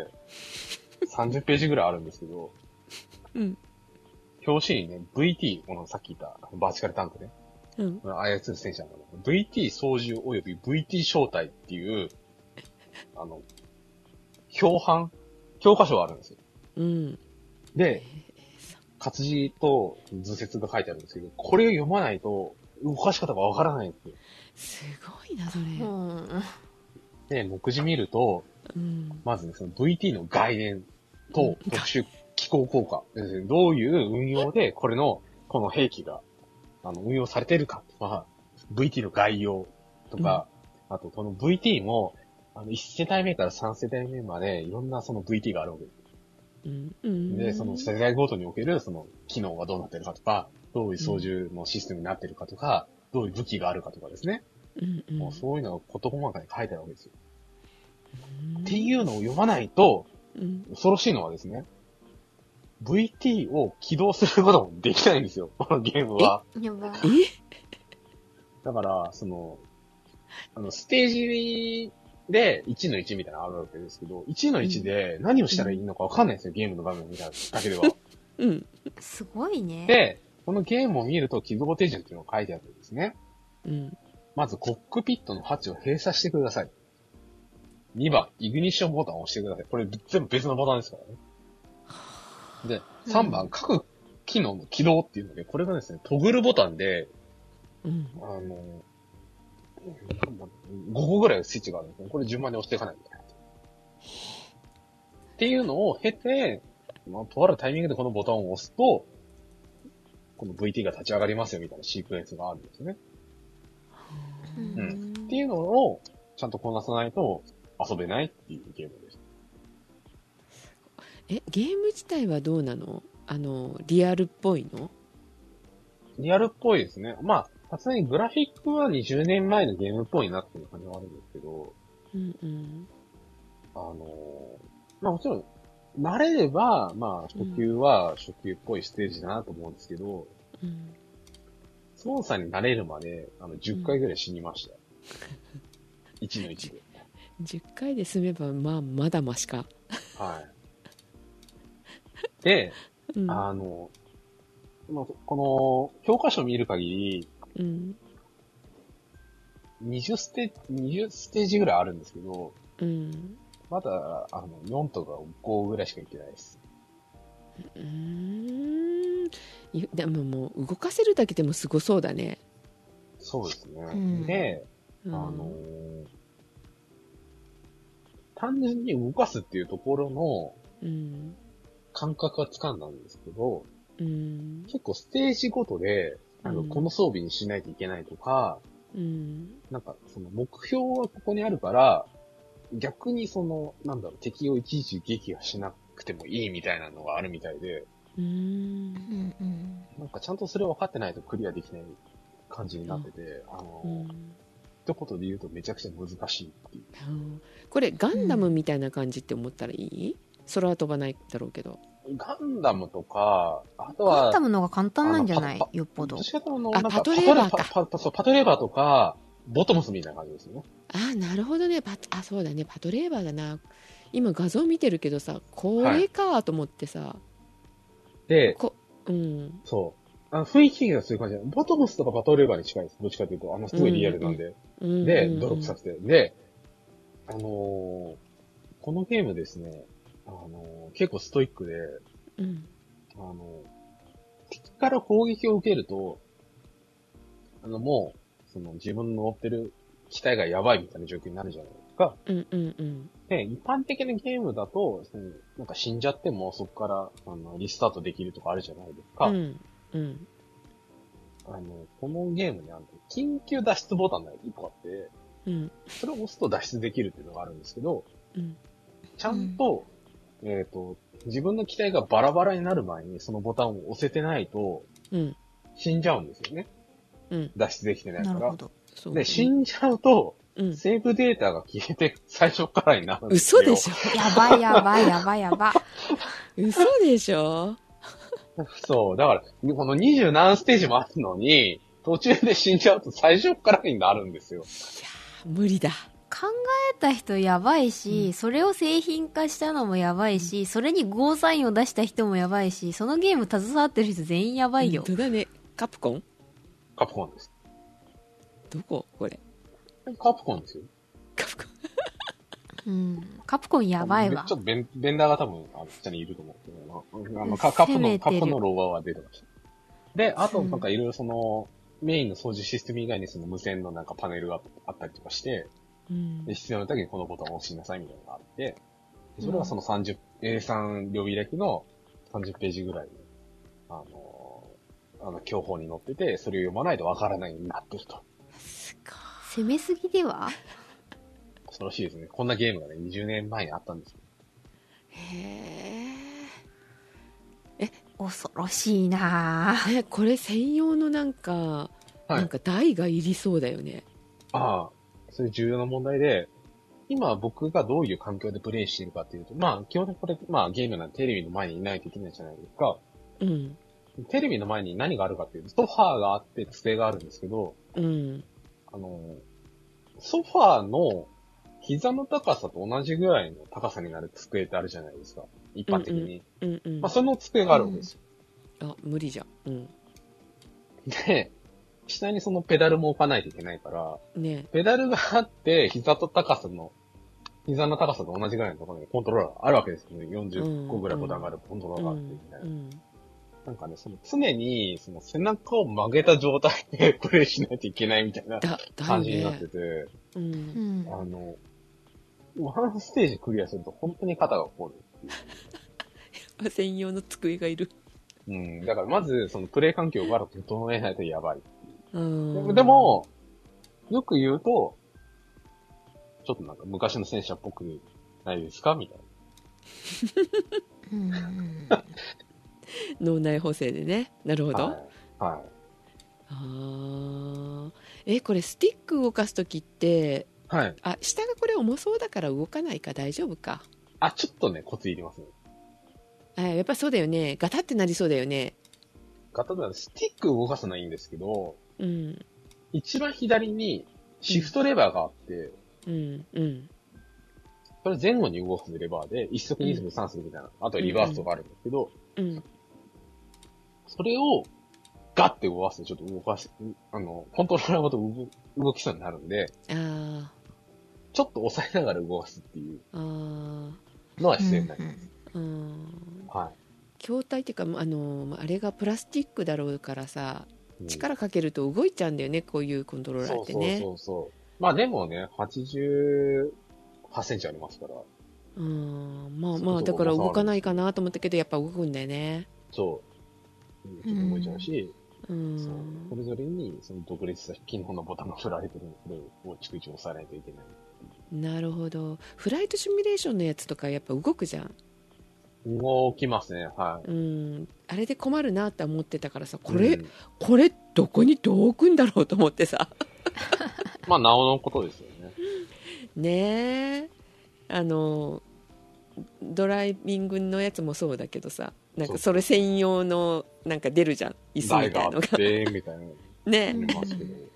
さんじゅっページぐらいあるんですけど、 うん。 表紙にね、ブイティー、このさっき言ったバーチカルタンクね、 うん。 操る戦車なの。ブイティー 操縦及び ブイティー 招待っていう、あの、表版、教科書があるんですよ。 うん。 で、活字と図説が書いてあるんですけど、これを読まないと動かし方がわからないんですよ。 すごいな、それ。うん。 で、目次見ると、 うん、 まずね、その ブイティー の概念と特殊機構効果、うん、どういう運用でこれの、この兵器が、あの、運用されているかとか、ブイティー の概要とか、うん、あとこの ブイティー も、あの、いち世代目からさん世代目までいろんなその ブイティー があるわけです。 うんうん、 で、その世代ごとにおけるその機能がどうなってるかとか、どういう操縦のシステムになってるかとか、どういう武器があるかとかですね。 うんうん、 もうそういうのが事細かに書いてあるわけですよ。うん、っていうのを読まないと、うん、恐ろしいのはですね、ブイティー を起動することもできないんですよ、このゲームは。 えやば。 えだから、その、あの、ステージでいちのいちみたいなのあるわけですけど、いちのいちで何をしたらいいのかわかんないんですよ、うん、ゲームの画面を見ただけでは。 うん。 すごいね。 で、このゲームを見ると起動手順っていうのが書いてあるんですね。 うん。まず、コックピットのハッチを閉鎖してください。にばん、イグニッションボタンを押してください。これ全部別のボタンですからね。で、さんばん、うん、各機能の起動っていうので、これがですね、トグルボタンで、うん、あの、ごこぐらいスイッチがあるんですね。これ順番に押していかないといけない。っていうのを経て、まあ、とあるタイミングでこのボタンを押すと、この ブイティー が立ち上がりますよみたいなシークエンスがあるんですね。うん。っていうのを、ちゃんとこなさないと遊べないっていうゲームです。 え、ゲーム自体はどうなの？あの、リアルっぽいの？ リアルっぽいですね。まあ、さすがにグラフィックはにじゅうねんまえのゲームっぽいなっていう感じはあるんですけど、 うんうん。 あの、まあもちろん、慣れれば、まあ、初級は初級っぽいステージだなと思うんですけど、うん、操作に慣れるまで、あの、じゅっかいぐらい死にました。うん、いちのいちで。 じゅっかいで済めば、まあ、まだマシか。 はい。で、うん、あの、この、教科書を見る限り、うん、にじゅうステージ、にじゅうステージぐらいあるんですけど、うん、まだ、あの、よんとかごぐらいしかいってないです。 うーん。でももう、動かせるだけでもすごそうだね。 そうですね。うん、で、あのー、単純に動かすっていうところの、感覚はつかんだんですけど、うん、結構ステージごとで、あの、うん、この装備にしないといけないとか、うん、なんか、その目標はここにあるから、逆にその、なんだろう、敵をいちいち撃破しなくてもいいみたいなのがあるみたいで、うーん、なんかちゃんとそれ分かってないとクリアできない感じになってて、うん、あの、うん、一言で言うとめちゃくちゃ難しいっていう。 うん、これガンダムみたいな感じって思ったらいい？空は飛ばないだろうけど。 ガンダムとか、あとは。 ガンダムの方が簡単なんじゃない？よっぽど。 あ、パトレーバーか。 パトレーバー、パトレーバーとか、ボトムスみたいな感じですね。 あ、なるほどね。パあ、そうだね。パトレーバーだな。今画像見てるけどさ、これかと思ってさ。はい、 で、 こうん。 そう。あの雰囲気がそういう感じで、ボトムスとかパトレーバーに近いです。どっちかというと、あの、すごいリアルなんで。うんうん、で、ドロップさせて。で、あのー、このゲームですね、あのー、結構ストイックで、うん、あのー、敵から攻撃を受けると、あの、もう、その自分の乗ってる機体がやばいみたいな状況になるじゃないですか。 うんうんうん。 で、一般的なゲームだと、なんか死んじゃってもそこからあのリスタートできるとかあるじゃないですか。うんうん、あの、このゲームにある緊急脱出ボタンがいっこあって、うん、それを押すと脱出できるっていうのがあるんですけど、うん、ちゃんと、うん、えっと、自分の機体がバラバラになる前にそのボタンを押せてないと、うん、死んじゃうんですよね。うん、脱出できてないから。なるほど。そうね、で、死んじゃうと、うん、セーブデータが消えて最初からになるんですよ。 嘘でしょ？ やばいやばいやばいやば。 嘘でしょ？ そう。だから、この二十何ステージもあるのに、途中で死んじゃうと最初からになるんですよ。いやー、無理だ。 考えた人やばいし、うん、それを製品化したのもやばいし、それにゴーサインを出した人もやばいし、そのゲーム携わってる人全員やばいよ。 本当だね。カプコン？ カプコンです。 どここれ。 カプコンですよ。 カプコン。うん。カプコンやばいわ。 ちょっとベンベンダーが多分、あの、下にいると思うけど、あの、カプコンの、カプコンのローバーは出てました。で、あと、なんかいろいろその、メインの操縦システム以外にその無線のなんかパネルがあったりとかして、うん、で必要な時にこのボタンを押しなさいみたいなのがあって、それはそのさんじゅう、うん、エーさん 両開きのさんじゅっページぐらいの、あの、あの、教法に載ってて、それを読まないとわからないようになってると。 すごい。攻めすぎでは？ 恐ろしいですね。こんなゲームがね、にじゅうねんまえにあったんですよ。 へ恐ろしいなぁ。 ね、これ専用のなんか、はい、なんか台がいりそうだよね。 ああ、それ重要な問題で、今僕がどういう環境でプレイしているかっていうと、まあ基本的にこれ、まあゲームなんてテレビの前にいないといけないじゃないですか。 うん。 テレビの前に何があるかっていうと、ソファーがあって机があるんですけど、 うん。あの、ソファーの膝の高さと同じぐらいの高さになる机ってあるじゃないですか。一般的に。 うんうんうんうん、 まあその机があるわけですよ。 うん、あ、無理じゃん。うん。 で、下にそのペダルも置かないといけないから、 ね、 ペダルがあって、膝と高さの、膝の高さと同じぐらいのところにコントローラーがあるわけですよね。よんじゅっこぐらいボタンがあるコントローラーがあって、みたいな。うんうん、なんかね、その常に、その背中を曲げた状態でプレイしないといけないみたいな感じになってて、ね、うん、あの、ワンステージクリアすると本当に肩が凝るっていう。 専用の机がいる。 うん。だからまず、そのプレイ環境から整えないとやばい。うん、でも、よく言うと、ちょっとなんか昔の戦車っぽくないですかみたいな。 脳内補正でね。なるほど。はい。 はい、 あえ、これスティック動かすときって、 はい。 あ、下がこれ重そうだから動かないか大丈夫か。 あ、ちょっとね、コツいりますね。 あ、やっぱそうだよね。ガタってなりそうだよね。 ガタってなる。スティック動かすのはいいんですけど、 うん。 一番左にシフトレバーがあって、 うん、うん。 それ前後に動かすレバーで、一足、二足、三足みたいな、あとリバースとかあるんですけど、 うん。 それをガッて動かすとちょっと動かす、あの、コントローラーごと動動きそうになるんで、 あちょっと押さえながら動かすっていうのは必要になります。 うん。 はい。 筐体っていうか、あの、あれがプラスチックだろうからさ、力かけると動いちゃうんだよね、こういうコントローラーってね。 そうそうそうそう。まあでもね、はちじゅうはちセンチありますから。 うん、まあまあ、だから動かないかなと思ったけど、やっぱ動くんだよね。 そう。ちょっと動いちゃうし、 うん、 そうそれぞれにその独立した機能のボタンが振られてるので、それを逐一押さえないといけない。 なるほど。フライトシミュレーションのやつとかやっぱ動くじゃん。 動きますね、はい。 うん、あれで困るなって思ってたからさ、これ、うん、これどこにどう置くんだろうと思ってさ。 まあ、なおのことですよね。 ねえ。あの、ドライビングのやつもそうだけどさ、なんかそれ専用のなんか出るじゃん、椅子みたいなのが。 台があってみたいな。 ねえ。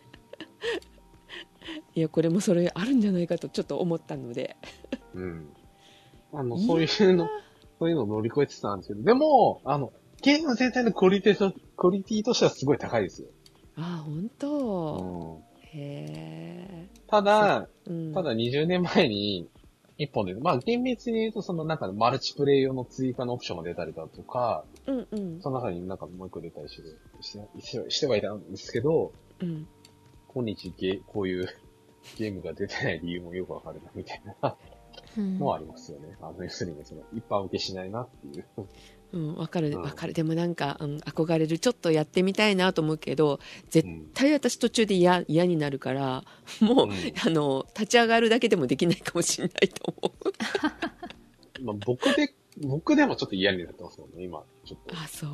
いや、これもそれあるんじゃないかとちょっと思ったので。 うん。あの、そういうの、そういうのを乗り越えてたんですけど、でも、あの、ゲーム全体のクオリティと、クオリティとしてはすごい高いですよ。 ああ、ほんと、うん、へえ。 ただ、うん、ただにじゅうねんまえに、一本で、まあ厳密に言うとそのなんかマルチプレイ用の追加のオプションが出たりだとか、 うんうん、 その中になんかもう一個出たりしてしてしてはいたんですけど、 うん、 今日ゲこういうゲームが出てない理由もよくわかるなみたいなのはありますよね。うん、あの要するにその一般受けしないなっていう。 うん、わかるわかる。でもなんか、うん、憧れる、ちょっとやってみたいなと思うけど、絶対私途中で嫌嫌になるから、もう、うん、あの立ち上がるだけでもできないかもしれないと思う。まあ僕で僕でもちょっと嫌になってますもんね今ちょっと。 あ、そう。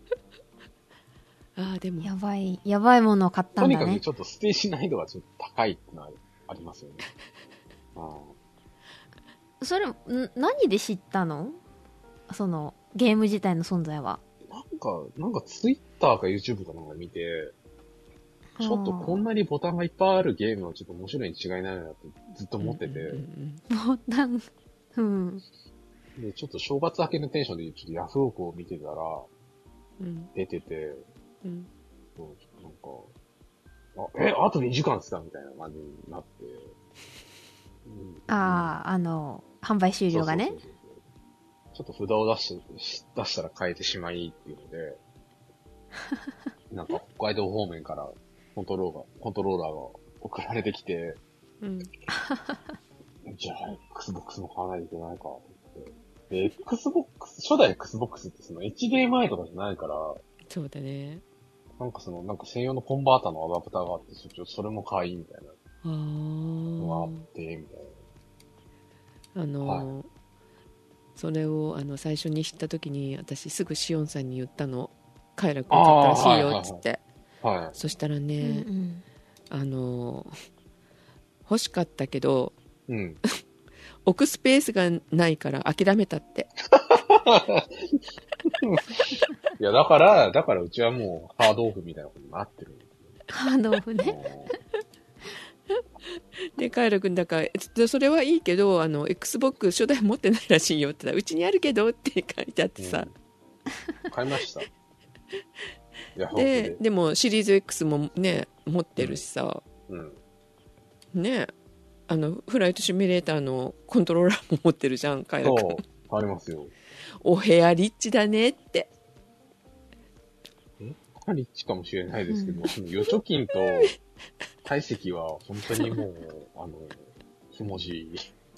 うん、あでもやばいやばいものを買ったんだね。 とにかくちょっとステージ難易度がちょっと高いってのはありますよね。あそれ何で知ったの？そのゲーム自体の存在は。 なんか、なんかツイッターか YouTube かなんか見て、ちょっとこんなにボタンがいっぱいあるゲームはちょっと面白いに違いないなってずっと思ってて。 ボタン、うん。 で、ちょっと正月明けのテンションでちょっとヤフオクを見てたら、 うん、 出てて、 うん、 そうなんか、あ、え、あとにじかんっすかみたいな感じになって。 うん、ああ、あの、販売終了がね。そうそうそうそうちょっと札を出して、出したら変えてしまいっていうので、なんか北海道方面からコントローラーが、コントローラーが送られてきて、 うん、 じゃあ Xbox も買わないといけないかと思って。で、Xbox、初代 Xbox ってその エイチディーエムアイ とかじゃないから、 そうだね。 なんかその、なんか専用のコンバータのアダプターがあって、そっちそれも買いみたいなのがあって、みたいな。 あのー、はい、 それをあの最初に知った時に私すぐしおんさんに言ったの。カイラ君買ったらしいよっつって、はいはいはい、そしたらね、うんうん、あの欲しかったけど、うん、置くスペースがないから諦めたっていやだからだからうちはもうハードオフみたいなことになってる。 ハードオフねでカイラ君だからそれはいいけどあの Xbox 初代持ってないらしいよって言ったらうちにあるけどって書いてあってさ、 うん、買いましたで, でもシリーズ X もね持ってるしさ、うんうん、ねあのフライトシミュレーターのコントローラーも持ってるじゃんカイラ君。 そうありますよ。 お部屋リッチだねって。 えリッチかもしれないですけど、うん、預貯金と体積は本当にもうあのひもじい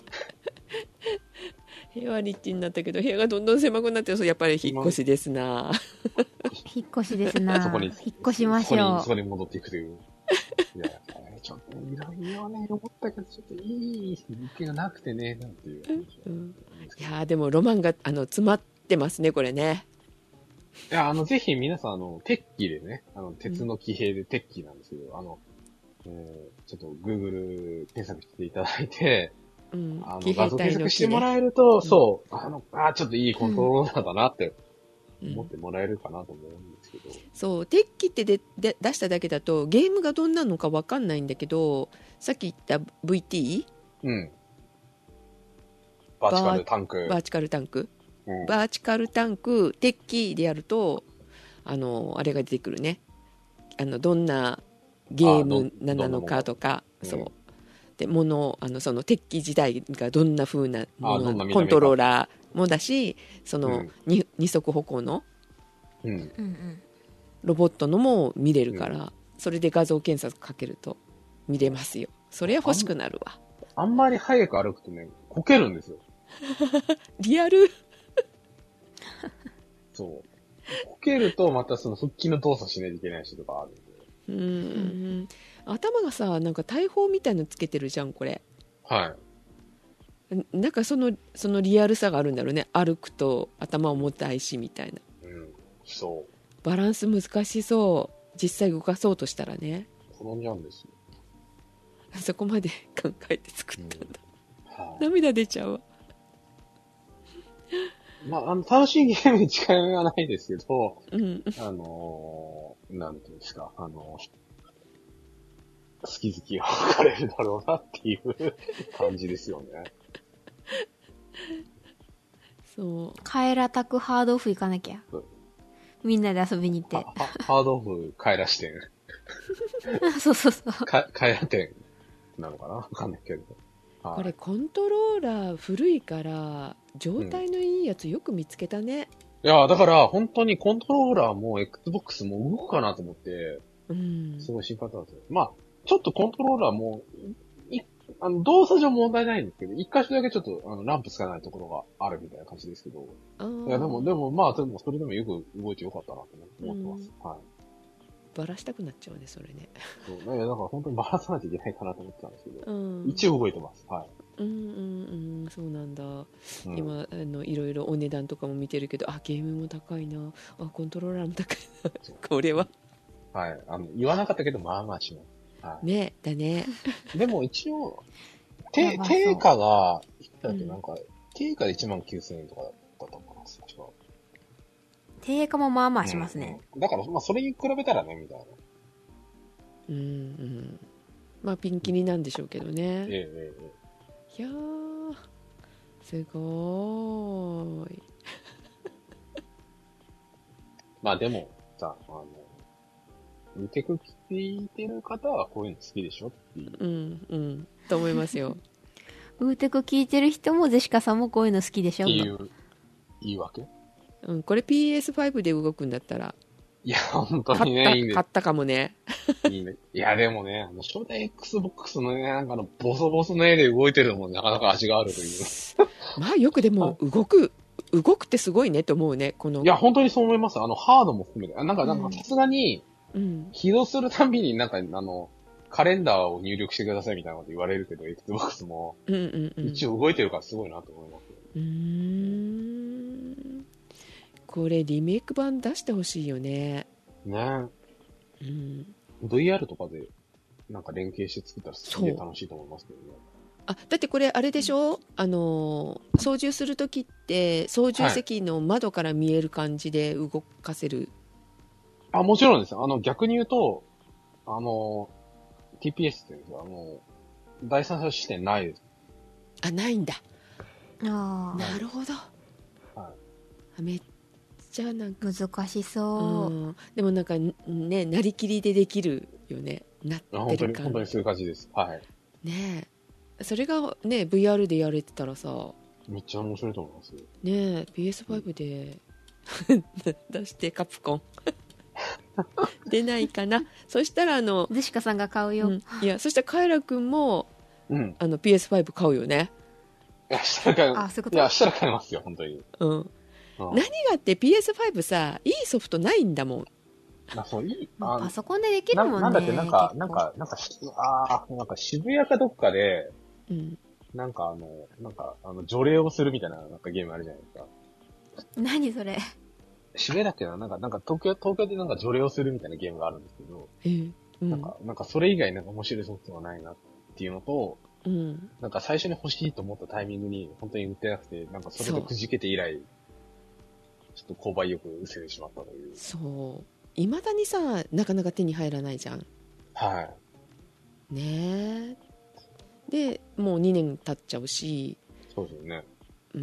部屋はリッチになったけど部屋がどんどん狭くなってる。やっぱり引っ越しですな引っ越しですなそこに引っ越しましょう。 そこに戻っていくといういやちょっといろいろね思ったけどちょっといい物件がなくてねなんていう、うん、 いやでもロマンがあの詰まってますねこれね。 いやあのぜひ皆さんあの鉄器でねあの鉄の騎兵で鉄器なんですけど、うん、あの、えー、ちょっと Google 検索していただいてうん、あの画像検索してもらえると、うん、そう、あの、あ、ちょっといいコントローラーだなって思ってもらえるかなと思うんですけど。うん、 そう、鉄器ってでで出しただけだとゲームがどんなのかわかんないんだけど、さっき言った ブイティー？ うん。 バーチカルタンク。 バーチカルタンク。うん、バーチカルタンク、鉄器でやると、あの、あれが出てくるね。あの、どんなゲームなのかとか、そう。うんでものあのその鉄器自体がどんな風なものコントローラーもだしその、うん、二, 二足歩行の、うん、ロボットのも見れるから、うん、それで画像検索かけると見れますよ。それは欲しくなるわ。 あ ん, あんまり早く歩くとねこけるんですよリアルそうこけるとまたその腹筋の動作しないといけないしとかあるんでうん、うん頭がさなんか大砲みたいのつけてるじゃんこれ。 はいなんかそのそのリアルさがあるんだろうね。歩くと頭重たいしみたいな。 うんそうバランス難しそう。実際動かそうとしたらね転んじゃうんですよ。 そこまで考えて作ったんだ、うんはあ、涙出ちゃうわまあ、あの楽しいゲームに近いはないですけど、うん、あのー、なんていうんですかあのー好き好きが分かれるだろうなっていう感じですよね。 そう。 カエラ宅ハードオフ行かなきゃ。みんなで遊びに行って。 ハードオフカエラ支店。 そうそうそう。 カエラ店なのかなわかんないけど。 これコントローラー古いから状態のいいやつよく見つけたね。 うん、いやだから本当にコントローラーも Xbox も動くかなと思って、うん、すごい心配だったんですよ。まあちょっとコントローラーも、い、あの、動作上問題ないんですけど、一箇所だけちょっと、あの、ランプつかないところがあるみたいな感じですけど。いや、でも、でも、まあ、でも、それでもよく動いてよかったなと思ってます。うん、はい。 バラしたくなっちゃうね、それね。 そう、ね、だから本当にバラさないといけないかなと思ってたんですけど、うん、一応動いてます。はい。 うんうんうん、そうなんだ。うん、今、あの、いろいろお値段とかも見てるけど、あ、ゲームも高いな。あ、コントローラーも高いな。これは。 はい。あの、言わなかったけど、まあまあします。はい、 ねだね。 でも一応、定価が、いくらだっけ、なんか、定価でいちまんきゅうせんえんとかだったと思います。確か。 定価もまあまあしますね。 うん、だから、まあ、それに比べたらね、みたいな。 うんうん。まあ、ピンキリなんでしょうけどね。ええええ。いやー、すごーい。 まあ、でも、さ、あの、ウーテク聞いてる方はこういうの好きでしょっていう。 うんうん。と思いますよ。 ウーテク聞いてる人もジェシカさんもこういうの好きでしょっていう、いいわけ？ うん、これ ピーエスファイブ で動くんだったら。 いや、本当にね、いいね。 買ったかもね。 いいね。いや、でもね、あの、初代 Xbox のね、なんかのボソボソの絵で動いてるのもなかなか味があるという。 まあよくでも動く、動くってすごいねと思うね、この。 いや、本当にそう思います。あの、ハードも含めて。なんか、なんか、さすがに、うん、起動するたびになんか、あの、カレンダーを入力してくださいみたいなこと言われるけど、Xbox も、うんうんうん、一応動いてるからすごいなと思います。うーこれリメイク版出してほしいよね。 ねえ。うん。ブイアール とかで、なんか連携して作ったらすげえ楽しいと思いますけどね。 あ、だってこれあれでしょ、うん、あの、操縦するときって、操縦席の窓から見える感じで動かせる。 はい、あ、もちろんです。あの、逆に言うと、あの、ティーピーエス っていうんですか、あの、第三者視点ないです。 あ、ないんだ。 ああ。 なるほど。はい。めっちゃなんか。 難しそう。うん、 でもなんかね、なりきりでできるよね。なってる感。 本当に、本当にそういう感じです。はい。 ねえ。それがね、ブイアール でやれてたらさ。 めっちゃ面白いと思いますよ。 ねえ、ピーエスファイブ で、うん、出してカプコン。出ないかな。そしたらあの、 ジェシカさんが買うよ。うん、 いや、そしたらカエラくんも、うん、あの ピーエスファイブ 買うよね。 いや、したら買います。いや、したら買いますよ、本当に。 うん。うん、何がって ピーエスファイブ さ、いいソフトないんだもん。 あ、そういい。 あ、パソコンでできるもんね。 な、なんだっけ、なんか、なんか、なんか、ああ、なんか渋谷かどっかで、うん、なんかあの、なんか、あの、除霊をするみたいな、なんかゲームあるじゃないですか。 何それ。 渋谷だっけな、なんか、なんか東京、東京でなんか除霊をするみたいなゲームがあるんですけど、えーうん、なんか、なんかそれ以外なんか面白いソフトがないなっていうのと、うん、なんか最初に欲しいと思ったタイミングに本当に売ってなくて、なんかそれでくじけて以来、ちょっと購買意欲を失ってしまったという。 そう。未だにさ、なかなか手に入らないじゃん。 はい。 ねえ。で、もうにねん経っちゃうし。 そうですよね。 うん。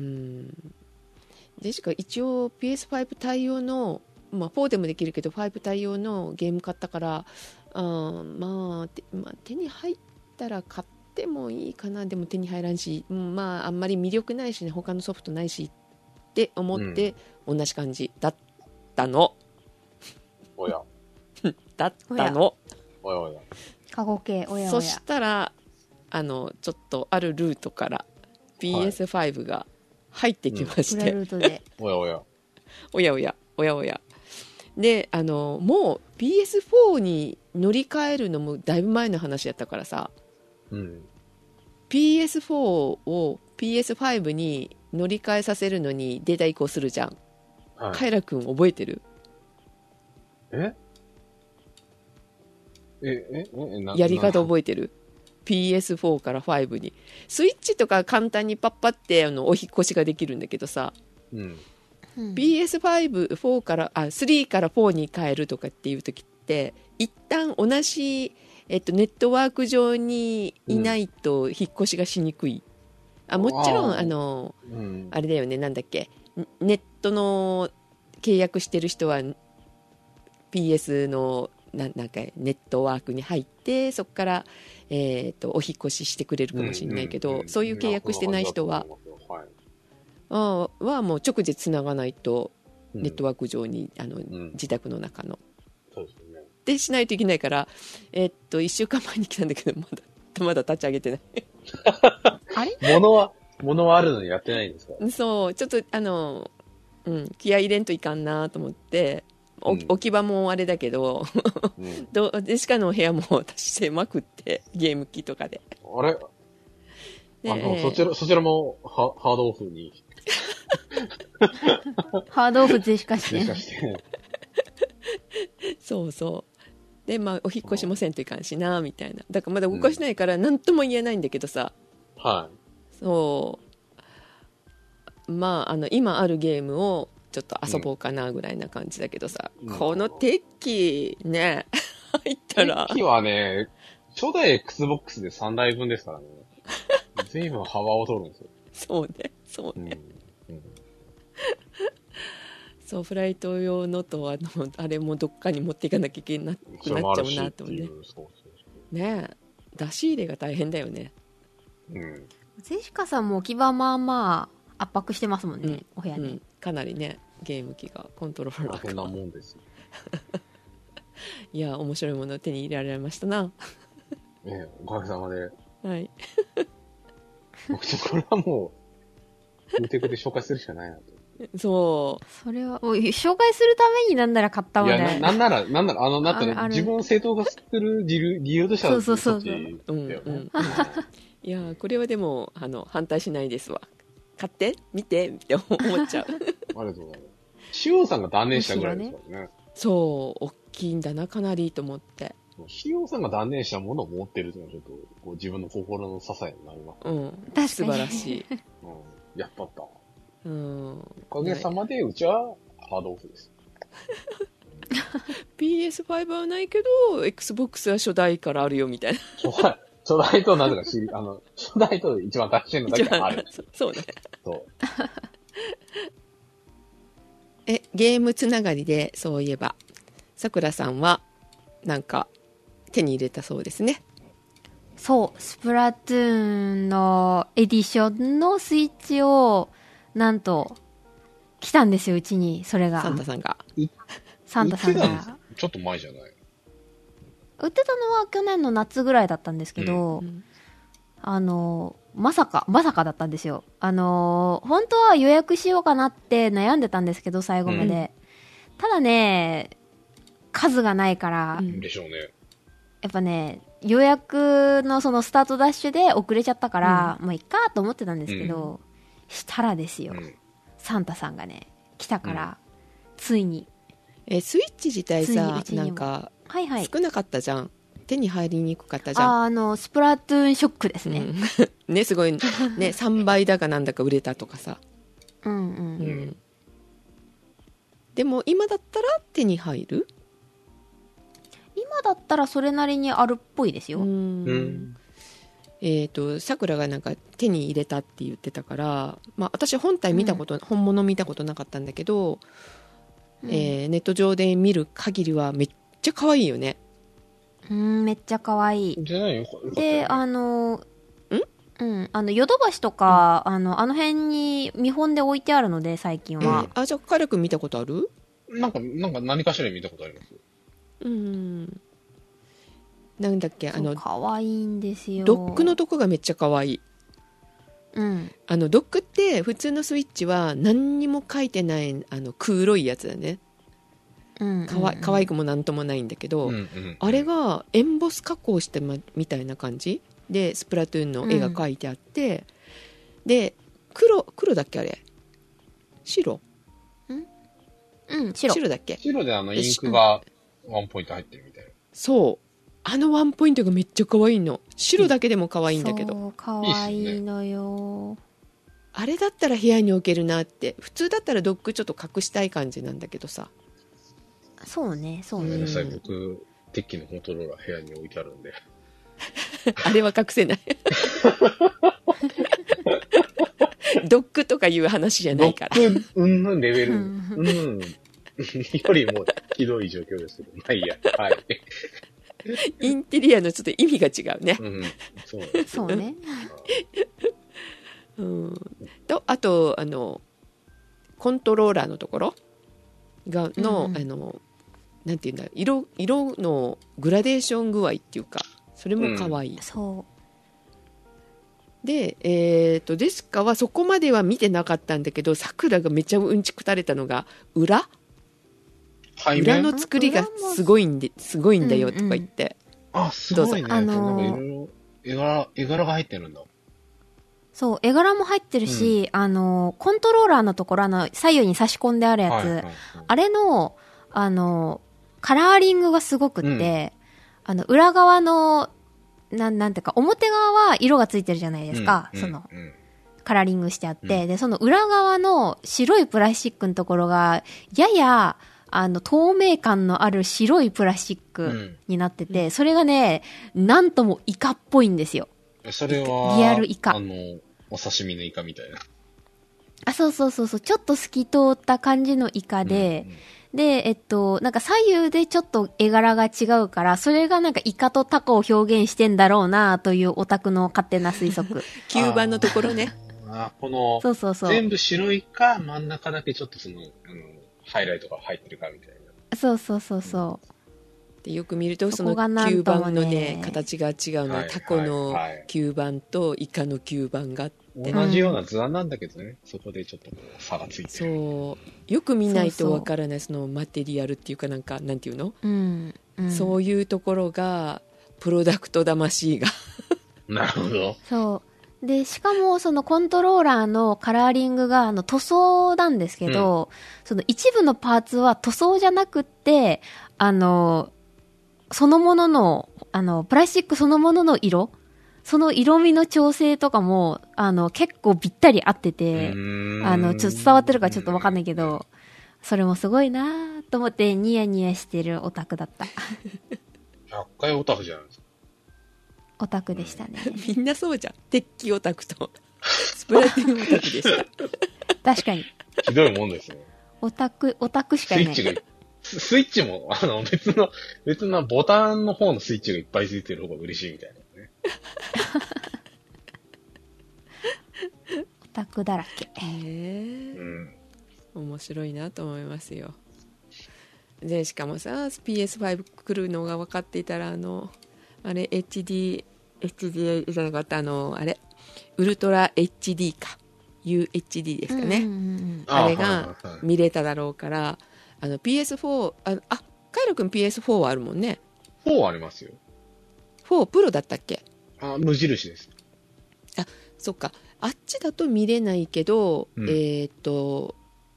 でしか一応 ピーエスファイブ 対応の、まあフォーでもできるけどファイブ対応のゲーム買ったから、あまあ、まあ手に入ったら買ってもいいかな。でも手に入らんし、うん、まああんまり魅力ないしね、他のソフトないしって思って、うん、同じ感じだったの。 おやだったの。 おやおや。 過去形おやおや。 そしたらあのちょっとあるルートから ピーエスファイブ が入ってきまして、 はい、うん、ルートでおやおやおやおやおやおやで、あのもう ピーエスフォー に乗り換えるのもだいぶ前の話やったからさ、うん、ピーエスフォー を ピーエスファイブ に乗り換えさせるのにデータ移行するじゃん、はい、カイラくん覚えてる？ ええええなやり方覚えてる？ ピーエスフォー からファイブにスイッチとか簡単にパッパってあのお引っ越しができるんだけどさ、うん、ピーエスファイブ、フォーからあスリーからフォーに変えるとかっていう時って一旦同じ、えっと、ネットワーク上にいないと引っ越しがしにくい、うん、あもちろんあの、うん、あれだよね、なんだっけ、ネットの契約してる人は ピーエス のななんかネットワークに入ってそこから、えー、とお引っ越ししてくれるかもしれないけど、うんうんうん、そういう契約してない人は、はい、あはもう直接つながないと、うん、ネットワーク上にあの、うん、自宅の中のそうですねでしないといけないから、えー、っといっしゅうかんまえに来たんだけどまだまだ立ち上げてないあれ物は物はあるのにやってないんですか？ そうちょっとあの、うん、気合い入れんといかんなと思ってお置き場もあれだけど、うん、どでしかの部屋も私狭くってゲーム機とかであれあのそちらそちらもハハードオフにハードオフでしかしてしてそうそうでまあお引っ越しもせんといかんしなみたいな、だからまだ動かしないから何とも言えないんだけどさ、 うん、はいそうまああの今あるゲームをちょっと遊ぼうかなぐらいな感じだけどさ、うん、この鉄器ね入ったら鉄器はね初代 Xbox でさんだいぶんですからね随分幅を取るんですよ。 そうねそうね、うんうん、そうフライト用のとあのあれもどっかに持っていかなきゃいけなくなっちゃうなと思うね。ねえ出し入れが大変だよね。 うん。 ジェシカさんも置き場まあまあ圧迫してますもんね、うん、お部屋に、うん、 かなりねゲーム機がコントローラーが大変なもんですいや面白いものを手に入れられましたなねえおかげさまではいこれはもう見てくれて紹介するしかないなと。 そうそれは紹介するためになんなら買ったわね。 いや な, なんならなんならあのだってね自分を正当化する理由理由としてはそうそうそうそう、 うんうん、いやこれはでもあの反対しないですわ。買って見てって思っちゃうありがとうございます。 しおんさんが断念したぐらいですからね。 そう、大きいんだな、かなりと思って。 しおんさんが断念したものを持ってるというのはちょっと、こう自分の心の支えになります。 うん。素晴らしい。 うん。やったった。 うん。 おかげさまで、うちはハードオフです。 ピーエスファイブ はないけど、Xbox は初代からあるよ、みたいな。 初代、初代となぜか知り、あの、初代と一番達してるのだけある。 そ, そうね。 そう。 え、ゲームつながりで、そういえば、さくらさんは、なんか、手に入れたそうですね。 そう、スプラトゥーンのエディションのスイッチを、なんと、来たんですよ、うちに、それが。 サンタさんが。 サンタさんが。 ちょっと前じゃない。 売ってたのは去年の夏ぐらいだったんですけど、うん、あの、まさか、まさかだったんですよ。あの、本当は予約しようかなって悩んでたんですけど、最後まで。うん、ただね、数がないから、 うん、でしょうね。 やっぱね、予約のそのスタートダッシュで遅れちゃったから、うん、もういっかと思ってたんですけど、うん、したらですよ、うん、サンタさんがね、来たから、うん、ついに。 え、スイッチ自体さ、なんか、はいはい、少なかったじゃん。手に入りにくかったじゃん。 あ、あの、スプラトゥーンショックですね。 うん、ね、すごい、ね、さんばいだかなんだか売れたとかさ。 うんうん。うん、 でも今だったら手に入る？ 今だったらそれなりにあるっぽいですよ。 うん。えっと、さくらがなんか手に入れたって言ってたから、まあ私本体見たこと、うん、本物見たことなかったんだけど、うん、えー、ネット上で見る限りはめっちゃ可愛いよね。 うん、めっちゃ可愛い。で、あの、んうん、あの、ヨドバシとか、うん、あの、あの辺に見本で置いてあるので、最近は。 えー、あ、じゃあ、カイラ君見たことある？ なんか、なんか何かしら見たことあります。 うん。なんだっけ、あの、 可愛いんですよ。 ドックのとこがめっちゃ可愛い。 うん。 あの、ドックって普通のスイッチは何にも書いてない、あの、黒いやつだね。 うんうんうん、 かわ可愛くもなんともないんだけど、 うんうんうん、 あれがエンボス加工してみたいな感じでスプラトゥーンの絵が描いてあって、うん、で黒黒だっけあれ白？ んうん白白だっけ？ 白であのインクがワンポイント入ってるみたいな。 そうあのワンポイントがめっちゃ可愛いの。白だけでも可愛いんだけど。 そう可愛いのよ。 あれだったら部屋に置けるなって。普通だったらドックちょっと隠したい感じなんだけどさ。 そうね、そうね。 実際僕、鉄器のコントローラー部屋に置いてあるんで。 あれは隠せない。ドックとかいう話じゃないから。 ドック、うんぬんレベル、うんぬんよりもひどい状況ですけど、まあいいや。はい。 インテリアのちょっと意味が違うね。 うん、そうね。 そうね。 うん。と、あと、あの、コントローラーのところが、の、うんうん、あの、なんていうんだ色色のグラデーション具合っていうかそれも可愛い、 うん、そうでえっ、ー、とデスカはそこまでは見てなかったんだけどさくらがめちゃうんちくたれたのが裏裏の作りがすごいんですごいんだよとか言って、 うんうん、あすごいね、あのー、なんかいろいろ絵柄絵柄が入ってるんだ。 そう絵柄も入ってるし、うん、あのコントローラーのところあの左右に差し込んであるやつ、はいはいはい、あれのあのカラーリングがすごくって、うん、あの、裏側の、なん、なんていうか、表側は色がついてるじゃないですか。うん、その、うん、カラーリングしてあって、うん、で、その裏側の白いプラスチックのところが、やや、あの、透明感のある白いプラスチックになってて、うん、それがね、なんともイカっぽいんですよ。 それは、 リアルイカ。 あの、お刺身のイカみたいな。 あ、そうそうそうそう、ちょっと透き通った感じのイカで、うんうんで、えっと、なんか左右でちょっと絵柄が違うから、それがなんかイカとタコを表現してんだろうなというオタクの勝手な推測。 きゅうばんのところね。 あこの、 そうそうそう。 全部白いか、真ん中だけちょっとその、あの、ハイライトが入ってるかみたいな。 そうそうそうそう。 でよく見ると、そのきゅうばんのね、形が違うの、はい、タコのきゅうばんとイカのきゅうばんがあって。 同じような図案なんだけどね、うん、そこでちょっとこう差がついてる。 そう。よく見ないとわからない、そのマテリアルっていうかなんか、なんていうの、 うんうん、 そういうところが、プロダクト魂が。 なるほど。 そう。 で、しかもそのコントローラーのカラーリングがあの塗装なんですけど、うん、その一部のパーツは塗装じゃなくって、あの、そのものの、あの、プラスチックそのものの色、その色味の調整とかも、あの、結構ぴったり合ってて、あの、ちょっと伝わってるかちょっとわかんないけど、それもすごいなぁと思ってニヤニヤしてるオタクだった。 ひゃっかいオタクじゃないですか。 オタクでしたね。 みんなそうじゃん。鉄器オタクとスプラトゥーンオタクでした。 確かに。 ひどいもんですね。 オタク、オタクしかいない。 スイッチが、スイッチも、あの、別の、別のボタンの方のスイッチがいっぱいついてる方が嬉しいみたいなね。 オタクだらけ。 へぇ、うん。面白いなと思いますよ。で、しかもさ、ピーエスファイブ 来るのが分かっていたら、あの、あれ、エイチディー、エイチディー じゃなかった、あの、あれ、ウルトラ エイチディー か。ユーエイチディー ですかね。うんうんうん、あれが見れただろうから、あの ピーエスフォー、あ、あ、カイロ君 ピーエスフォー はあるもんね。 フォーありますよ。 フォープロだったっけ？ あ、無印です。 あ、そっか。あっちだと見れないけど、うん、えっと、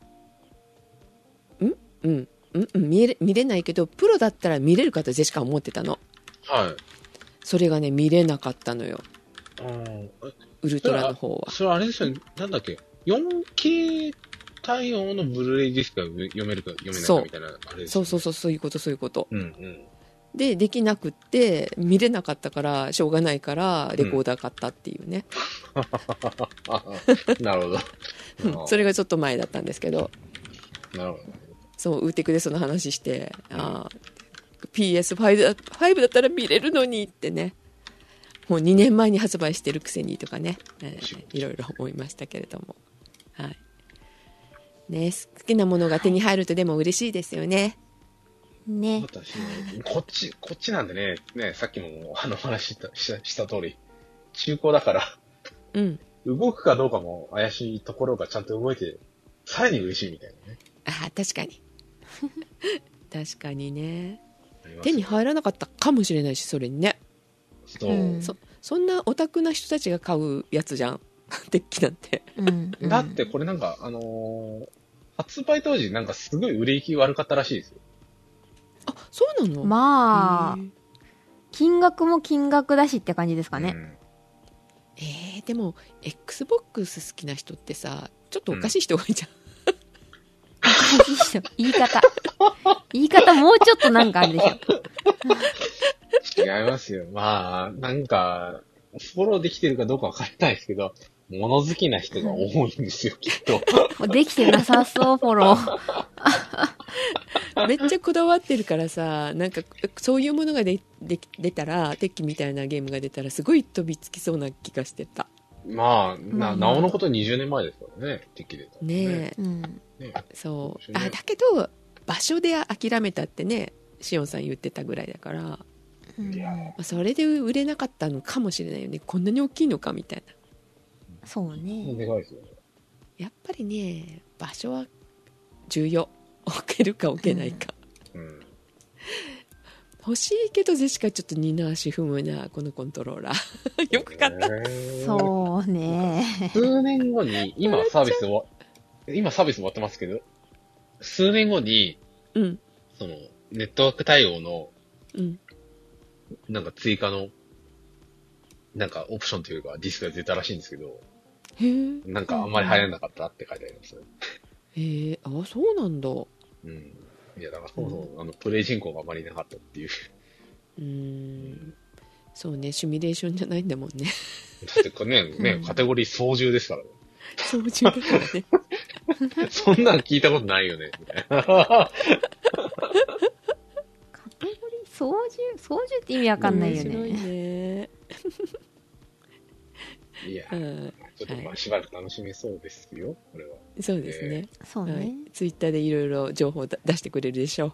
んうん。うん、見れ、見れないけど、プロだったら見れるかとジェシカは思ってたの。 はい。 それがね、見れなかったのよ。ウルトラの方は。 それはあれですよね。なんだっけ ?よんケー 対応のブルーレイディスクが読めるか読めないかみたいな、あれです、ね、 そうそうそう、そういうこと、そういうこと。 うんうん。 で、できなくって、見れなかったから、しょうがないから、レコーダー買ったっていうね。 うん、なるほど。それがちょっと前だったんですけど。 なるほど。 そう、ウーテクでその話して、うん、あ ピーエスファイブ だ、ファイブだったら見れるのにってね。もうにねんまえに発売してるくせにとかね、えー、いろいろ思いましたけれども。はい。ね、好きなものが手に入るとでも嬉しいですよね。 ね。 私ね、こっち、こっちなんでね、ね、さっきもあの話した、した、した通り、中古だから、 うん。 動くかどうかも怪しいところがちゃんと動いて、さらに嬉しいみたいなね。 ああ、確かに。確かにね。手に入らなかったかもしれないし、それにね。 そう、うん、 そ, そんなオタクな人たちが買うやつじゃん。デッキなんて、 うんうん。 だってこれなんか、あのー、発売当時なんかすごい売れ行き悪かったらしいですよ。 あ、そうなの？ まあ、金額も金額だしって感じですかね。うん、 えー、でも、Xbox 好きな人ってさ、ちょっとおかしい人多いじゃん。 うん、おかしい人。言い方。言い方もうちょっとなんかあるでしょ。 違いますよ。まあ、なんか、フォローできてるかどうかわからないですけど、物好きな人が多いんですよ、きっと。 もうできてなさそう、フォロー。 めっちゃこだわってるからさ、なんか、そういうものがでで出たら、テッキみたいなゲームが出たら、すごい飛びつきそうな気がしてた。 まあ、な、なおのことにじゅうねんまえですからね、テッキ出た、 ね。ねえ。うん、ねそう。あ、だけど、場所で諦めたってね、しおんさん言ってたぐらいだから、うん、まあ、それで売れなかったのかもしれないよね。こんなに大きいのかみたいな。 そうね。 でかいですよね。 やっぱりね、場所は重要。置けるか置けないか。うんうん、欲しいけど、ジェシカちょっと二の足踏むな、このコントローラー。よく買った。 そうね。 数年後に、今サービス終わ、今サービス終わってますけど、数年後に、 うん、 その、ネットワーク対応の、 うん、 なんか追加の、なんかオプションというかディスクが出たらしいんですけど、 へー、 なんかあんまり流行らなかったって書いてあります。 へえ、あ、そうなんだ。 うん。いや、だからそもそも、うん、あの、プレイ人口があまりなかったっていう。 うーん。そうね、シミュレーションじゃないんだもんね。 だってこれね、ね、うん、カテゴリー操縦ですからね。 操縦だからね。 そんなん聞いたことないよね、みたいな。 カテゴリー操縦操縦って意味わかんないよね。 面白いね。 いや、うん、ちょっとまあしばらく楽しめそうですよ、はい、これは。 そうですね。 えー、そうね、はい。 ツイッターでいろいろ情報を出してくれるでしょ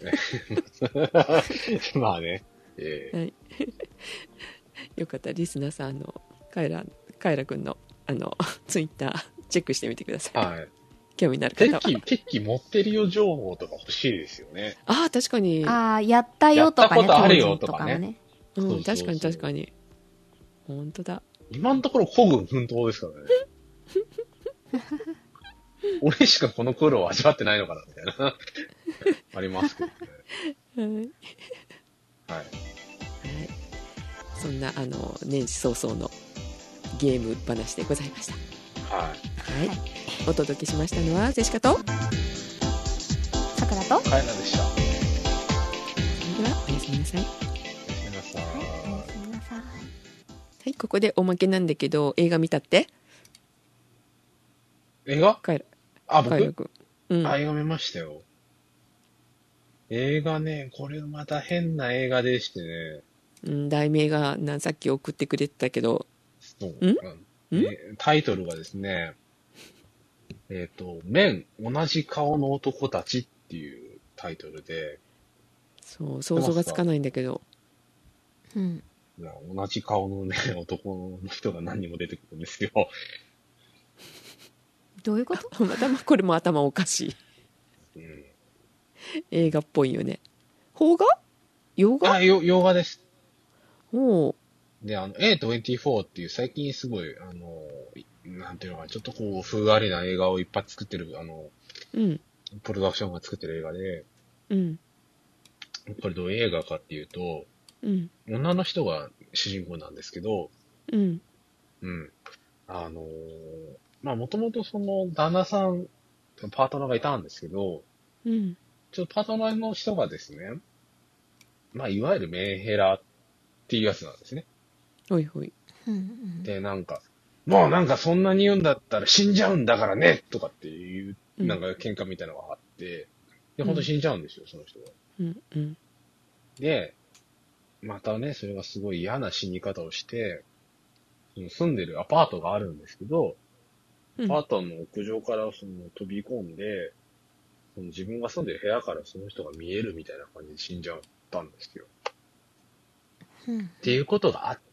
う。まあね。えー、 はい。よかったらリスナーさん、あの、カエラ、カエラくんの、あの、ツイッターチェックしてみてください。 はい。 興味のある方は。 テッキ、テッキ持ってるよ情報とか欲しいですよね。 ああ、確かに。 ああ、やったよとかね。 やったことあるよとかね。 うん、確かに確かに。本当だ。 今のところ孤軍奮闘ですからね。俺しかこの苦労を味わってないのかな、みたいな。ありますけどね。はい。はい。 そんな、あの、年始早々のゲーム話でございました。 はい。 はい。お届けしましたのは、ジェシカと、 さくらと、 カエナでした。それでは、おやすみなさい。 おやすみなさい。 おやすみなさい。 はい、ここでおまけなんだけど、映画見たって？ 映画？ カエル。 あ、僕？ うん。 あ、映画見ましたよ。映画ね、これまた変な映画でしてね。 うん、題名がな、さっき送ってくれてたけど。 そう。んえタイトルがですね、えっ、ー、と、面、同じ顔の男たちっていうタイトルで。 そう、想像がつかないんだけど。 うん。 いや、同じ顔のね、男の人が何人も出てくるんですよ。 どういうこと？ またこれも頭おかしい。 うん、 映画っぽいよね。邦画？洋画？ あ、よ洋画です。 おう。 で、あの、エーにじゅうよん っていう最近すごい、あの、なんていうのかな、ちょっとこう、風ありな映画をいっぱい作ってる、あの、 うん。 プロダクションが作ってる映画で、 うん。 これどういう映画かっていうと、 うん。 女の人が主人公なんですけど、 うん。 うん。あのー、まあ、もともとその、旦那さん、パートナーがいたんですけど、 うん。 ちょっとパートナーの人がですね、まあ、いわゆるメンヘラっていうやつなんですね。 ほいほい。 で、なんか、もうなんかそんなに言うんだったら死んじゃうんだからねとかっていう、なんか喧嘩みたいなのがあって、で、本当に死んじゃうんですよ、その人が。 うんうん。 で、またね、それがすごい嫌な死に方をして、その住んでるアパートがあるんですけど、アパートの屋上からその飛び込んで、その自分が住んでる部屋からその人が見えるみたいな感じで死んじゃったんですよ。 うん、 っていうことがあって、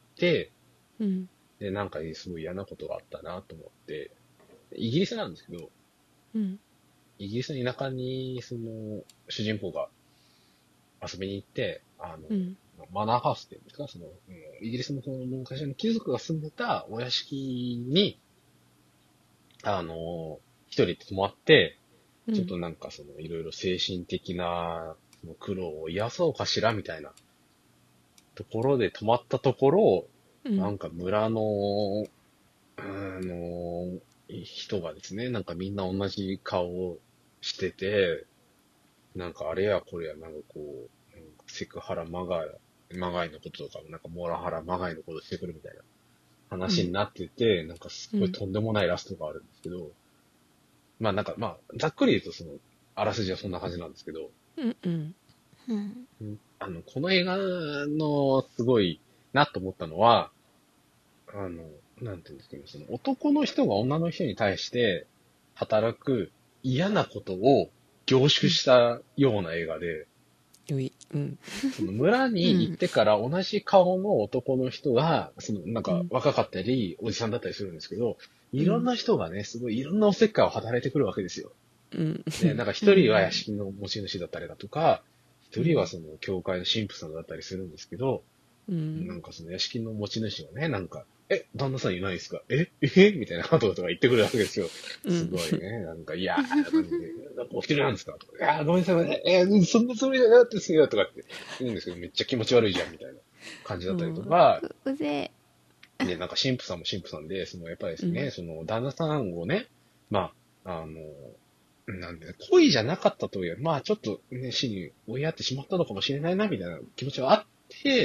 うん、 で、なんかすごい嫌なことがあったなと思って、イギリスなんですけど、 うん、 イギリスの田舎に、その、主人公が遊びに行って、あの、うん、マナーハウスっていうんですか、その、イギリスのその昔の貴族が住んでたお屋敷に、あの、一人泊まって、ちょっとなんかその、いろいろ精神的なその苦労を癒そうかしらみたいなところで泊まったところ、うん、なんか村の、あの、人がですね、なんかみんな同じ顔をしてて、なんかあれやこれや、なんかこう、セクハラマガイ、マガイのこととか、なんかモラハラマガイのことしてくるみたいな話になってて、うん、なんかすごいとんでもないラストがあるんですけど、うん、まあなんかまあ、ざっくり言うとその、あらすじはそんな感じなんですけど、 うんうんうん、 あの、この映画のすごいなと思ったのは、あの、なんていうんですかね、その男の人が女の人に対して働く嫌なことを凝縮したような映画で、 うん、 その村に行ってから同じ顔の男の人が、そのなんか若かったり、おじさんだったりするんですけど、いろんな人がね、すごいいろんなおせっかいを働いてくるわけですよ。 うん、 で、なんか一人は屋敷の持ち主だったりだとか、一人はその教会の神父さんだったりするんですけど、うん、なんかその屋敷の持ち主がね、なんか、え、旦那さんいないですかええみたいなこととか言ってくるわけですよ。すごいね。なんか、いやー、なんかお一人なんですかとか、いやー、ごめんなさい、えー、そんなつもりじゃなかったですよ、とかって言うんですけど、めっちゃ気持ち悪いじゃん、みたいな感じだったりとか、 うん、うぜえ。で、なんか神父さんも神父さんで、その、やっぱりですね、うん、その、旦那さんをね、まあ、あの、なんで、恋じゃなかったという、まあちょっとね、死に追いやってしまったのかもしれないな、みたいな気持ちはあって、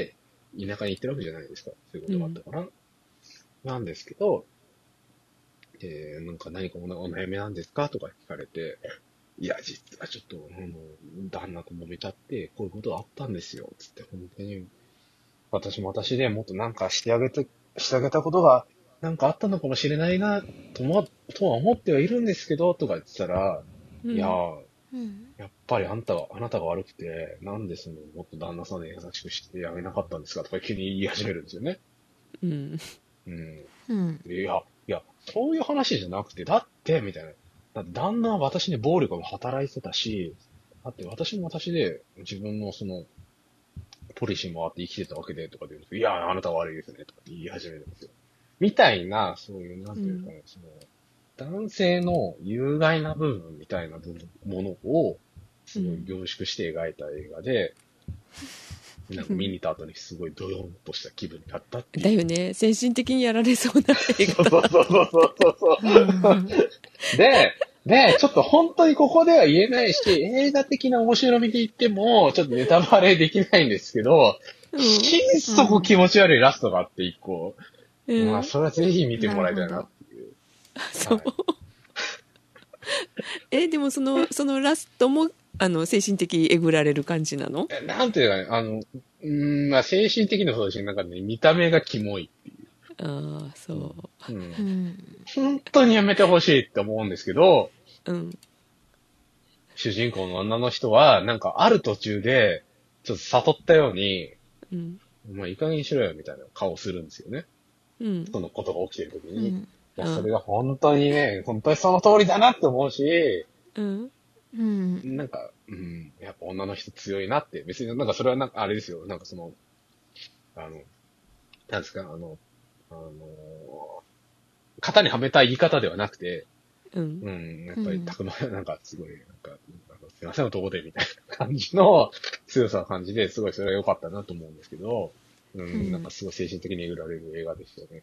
田舎に行ってるわけじゃないですか。そういうことがあったから。うん、なんですけど、えー、なんか何かお悩みなんですかとか聞かれて、いや、実はちょっと、あの、旦那と揉めちゃって、こういうことがあったんですよ。つって、本当に、私も私でもっとなんかしてあげて、してあげたことが、なんかあったのかもしれないな、とも、とは思ってはいるんですけど、とか言ってたら、うん、いやー、うん、やっぱりあんたは、あなたが悪くて、なんでその、もっと旦那さんに優しくしてやめなかったんですかとか急に言い始めるんですよね。 うん。 うん。 うん。 いや、いや、そういう話じゃなくて、だって、みたいな。だって旦那は私に暴力も働いてたし、だって私も私で自分のその、ポリシーもあって生きてたわけでとかで言うんですけど、いや、あなたは悪いですね、とかって言い始めるんですよ。 みたいな、そういう、なんていうかね、うん、その、男性の有害な部分みたいなものを、すごい凝縮して描いた映画で、うん、なんか見に行った後にすごいドヨンとした気分になったっていう。 だよね。精神的にやられそうな映画。 そうそうそうそうそうで、で、ちょっと本当にここでは言えないし、映画的な面白みで言っても、ちょっとネタバレできないんですけど、うん、心底気持ち悪いラストがあって一個。うん、まあ、それはぜひ見てもらいたいなっていう。 そう。はい、え、でもその、そのラストも、あの、精神的にえぐられる感じなの？ なんていうかね、あの、うん、まあ、精神的なそうですね、なんかね、見た目がキモいっていう。 ああ、そう、うん。 うん。本当にやめてほしいって思うんですけど、うん。主人公の女の人は、なんかある途中で、ちょっと悟ったように、うん。まあ、いい加減にしろよみたいな顔をするんですよね。うん。そのことが起きてる時に。うん、いや、それが本当にね、本当にその通りだなって思うし、うん。うん。なんか、うん、やっぱ女の人強いなって、別になんかそれはなんかあれですよ、なんかその、あの、なんですか、あの、あの、型にはめた言い方ではなくて、うん。うん、やっぱりたくま、なんかすごい、なんか、すいません、男でみたいな感じの強さを感じで、すごいそれは良かったなと思うんですけど、うん、うん、なんかすごい精神的にえぐられる映画でしたね。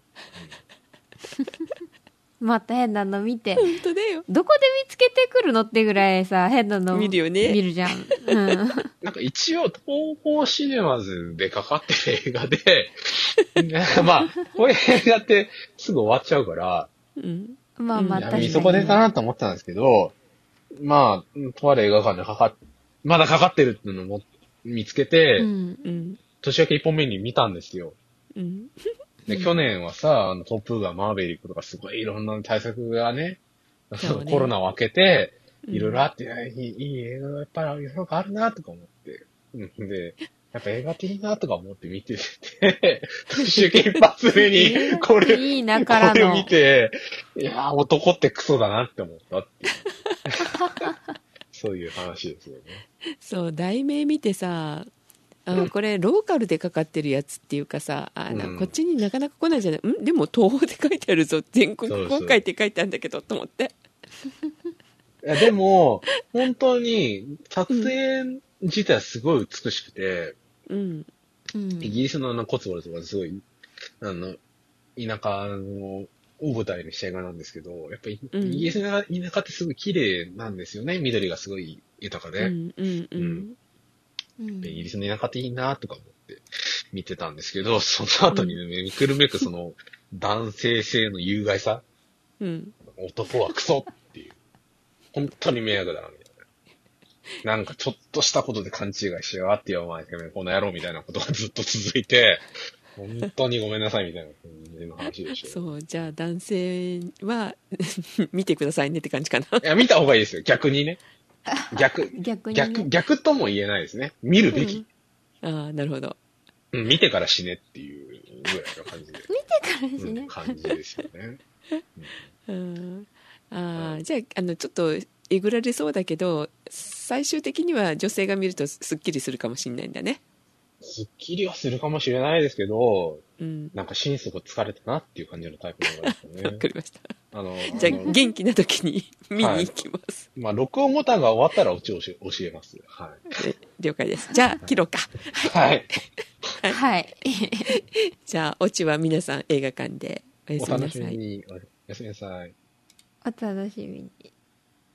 うん、また変なの見て。 本当だよ。 どこで見つけてくるのってぐらいさ、変なの見るよね。 見るじゃん。うん、なんか一応、東宝シネマズでかかってる映画で、まあ、こういう映画ってすぐ終わっちゃうから、うん、まあまあ、確かに。見損ねたなと思ってたんですけど、まあ、とある映画館でかかっ、まだかかってるっていうのも見つけて、うんうん、年明け一本目に見たんですよ。うん、で、去年はさ、あのトップガン、マーベリックとかすごいいろんな対策がね、ねコロナを明けて、いろいろあって、うん、いい、いい映画がやっぱりなんかあるなとか思って、うん、で、やっぱ映画っていいなとか思って見てて、年明け一発目にこれ、いいなからのこれ見て、いやー男ってクソだなって思ったっていう。そういう話ですよね。 そう、題名見てさ、あのこれローカルでかかってるやつっていうかさ、あの、うん、こっちになかなか来ないじゃない。んでも東宝って書いてあるぞ、全国公開って書いてあるんだけどと思って。 いやでも本当に撮影自体はすごい美しくて、うんうん、イギリスのあのコツウォルズはすごいあの田舎の大舞台の試合なんですけど、やっぱりイギリスの田舎ってすごい綺麗なんですよね。緑がすごい豊かで。うんうんうんうん、イギリスの田舎っていいなとか思って見てたんですけど、その後にね、めくるめくその男性性の有害さ、うん、男はクソっていう、本当に迷惑だなみたいな。なんかちょっとしたことで勘違いしやがってよ、お前、この野郎みたいなことがずっと続いて、本当にごめんなさいみたいな感じの話でしょ。 そう、じゃあ男性は見てくださいねって感じかな。 いや、見た方がいいですよ、逆にね。逆、逆に、ね、逆、逆とも言えないですね。見るべき。 うん、ああ、なるほど。 うん、見てから死ねっていうぐらいの感じで。 見てから死ね、 うん、感じですよね。 うん、ああ、じゃあ、あの、ちょっと、えぐられそうだけど、最終的には女性が見るとすっきりするかもしれないんだね。 すっきりはするかもしれないですけど、うん、なんか心底疲れたなっていう感じのタイプの方がいいですよね。 わかりました。あの、じゃあ元気な時に見に行きます。 はい、まあ、録音ボタンが終わったらうち教え、教えます。はい。 了解です。じゃあ、切ろうか。 はい。 はい。はい、 じゃあ、オチは皆さん映画館でおやすみなさい。 お楽しみに。おやすみなさい。 お楽しみに。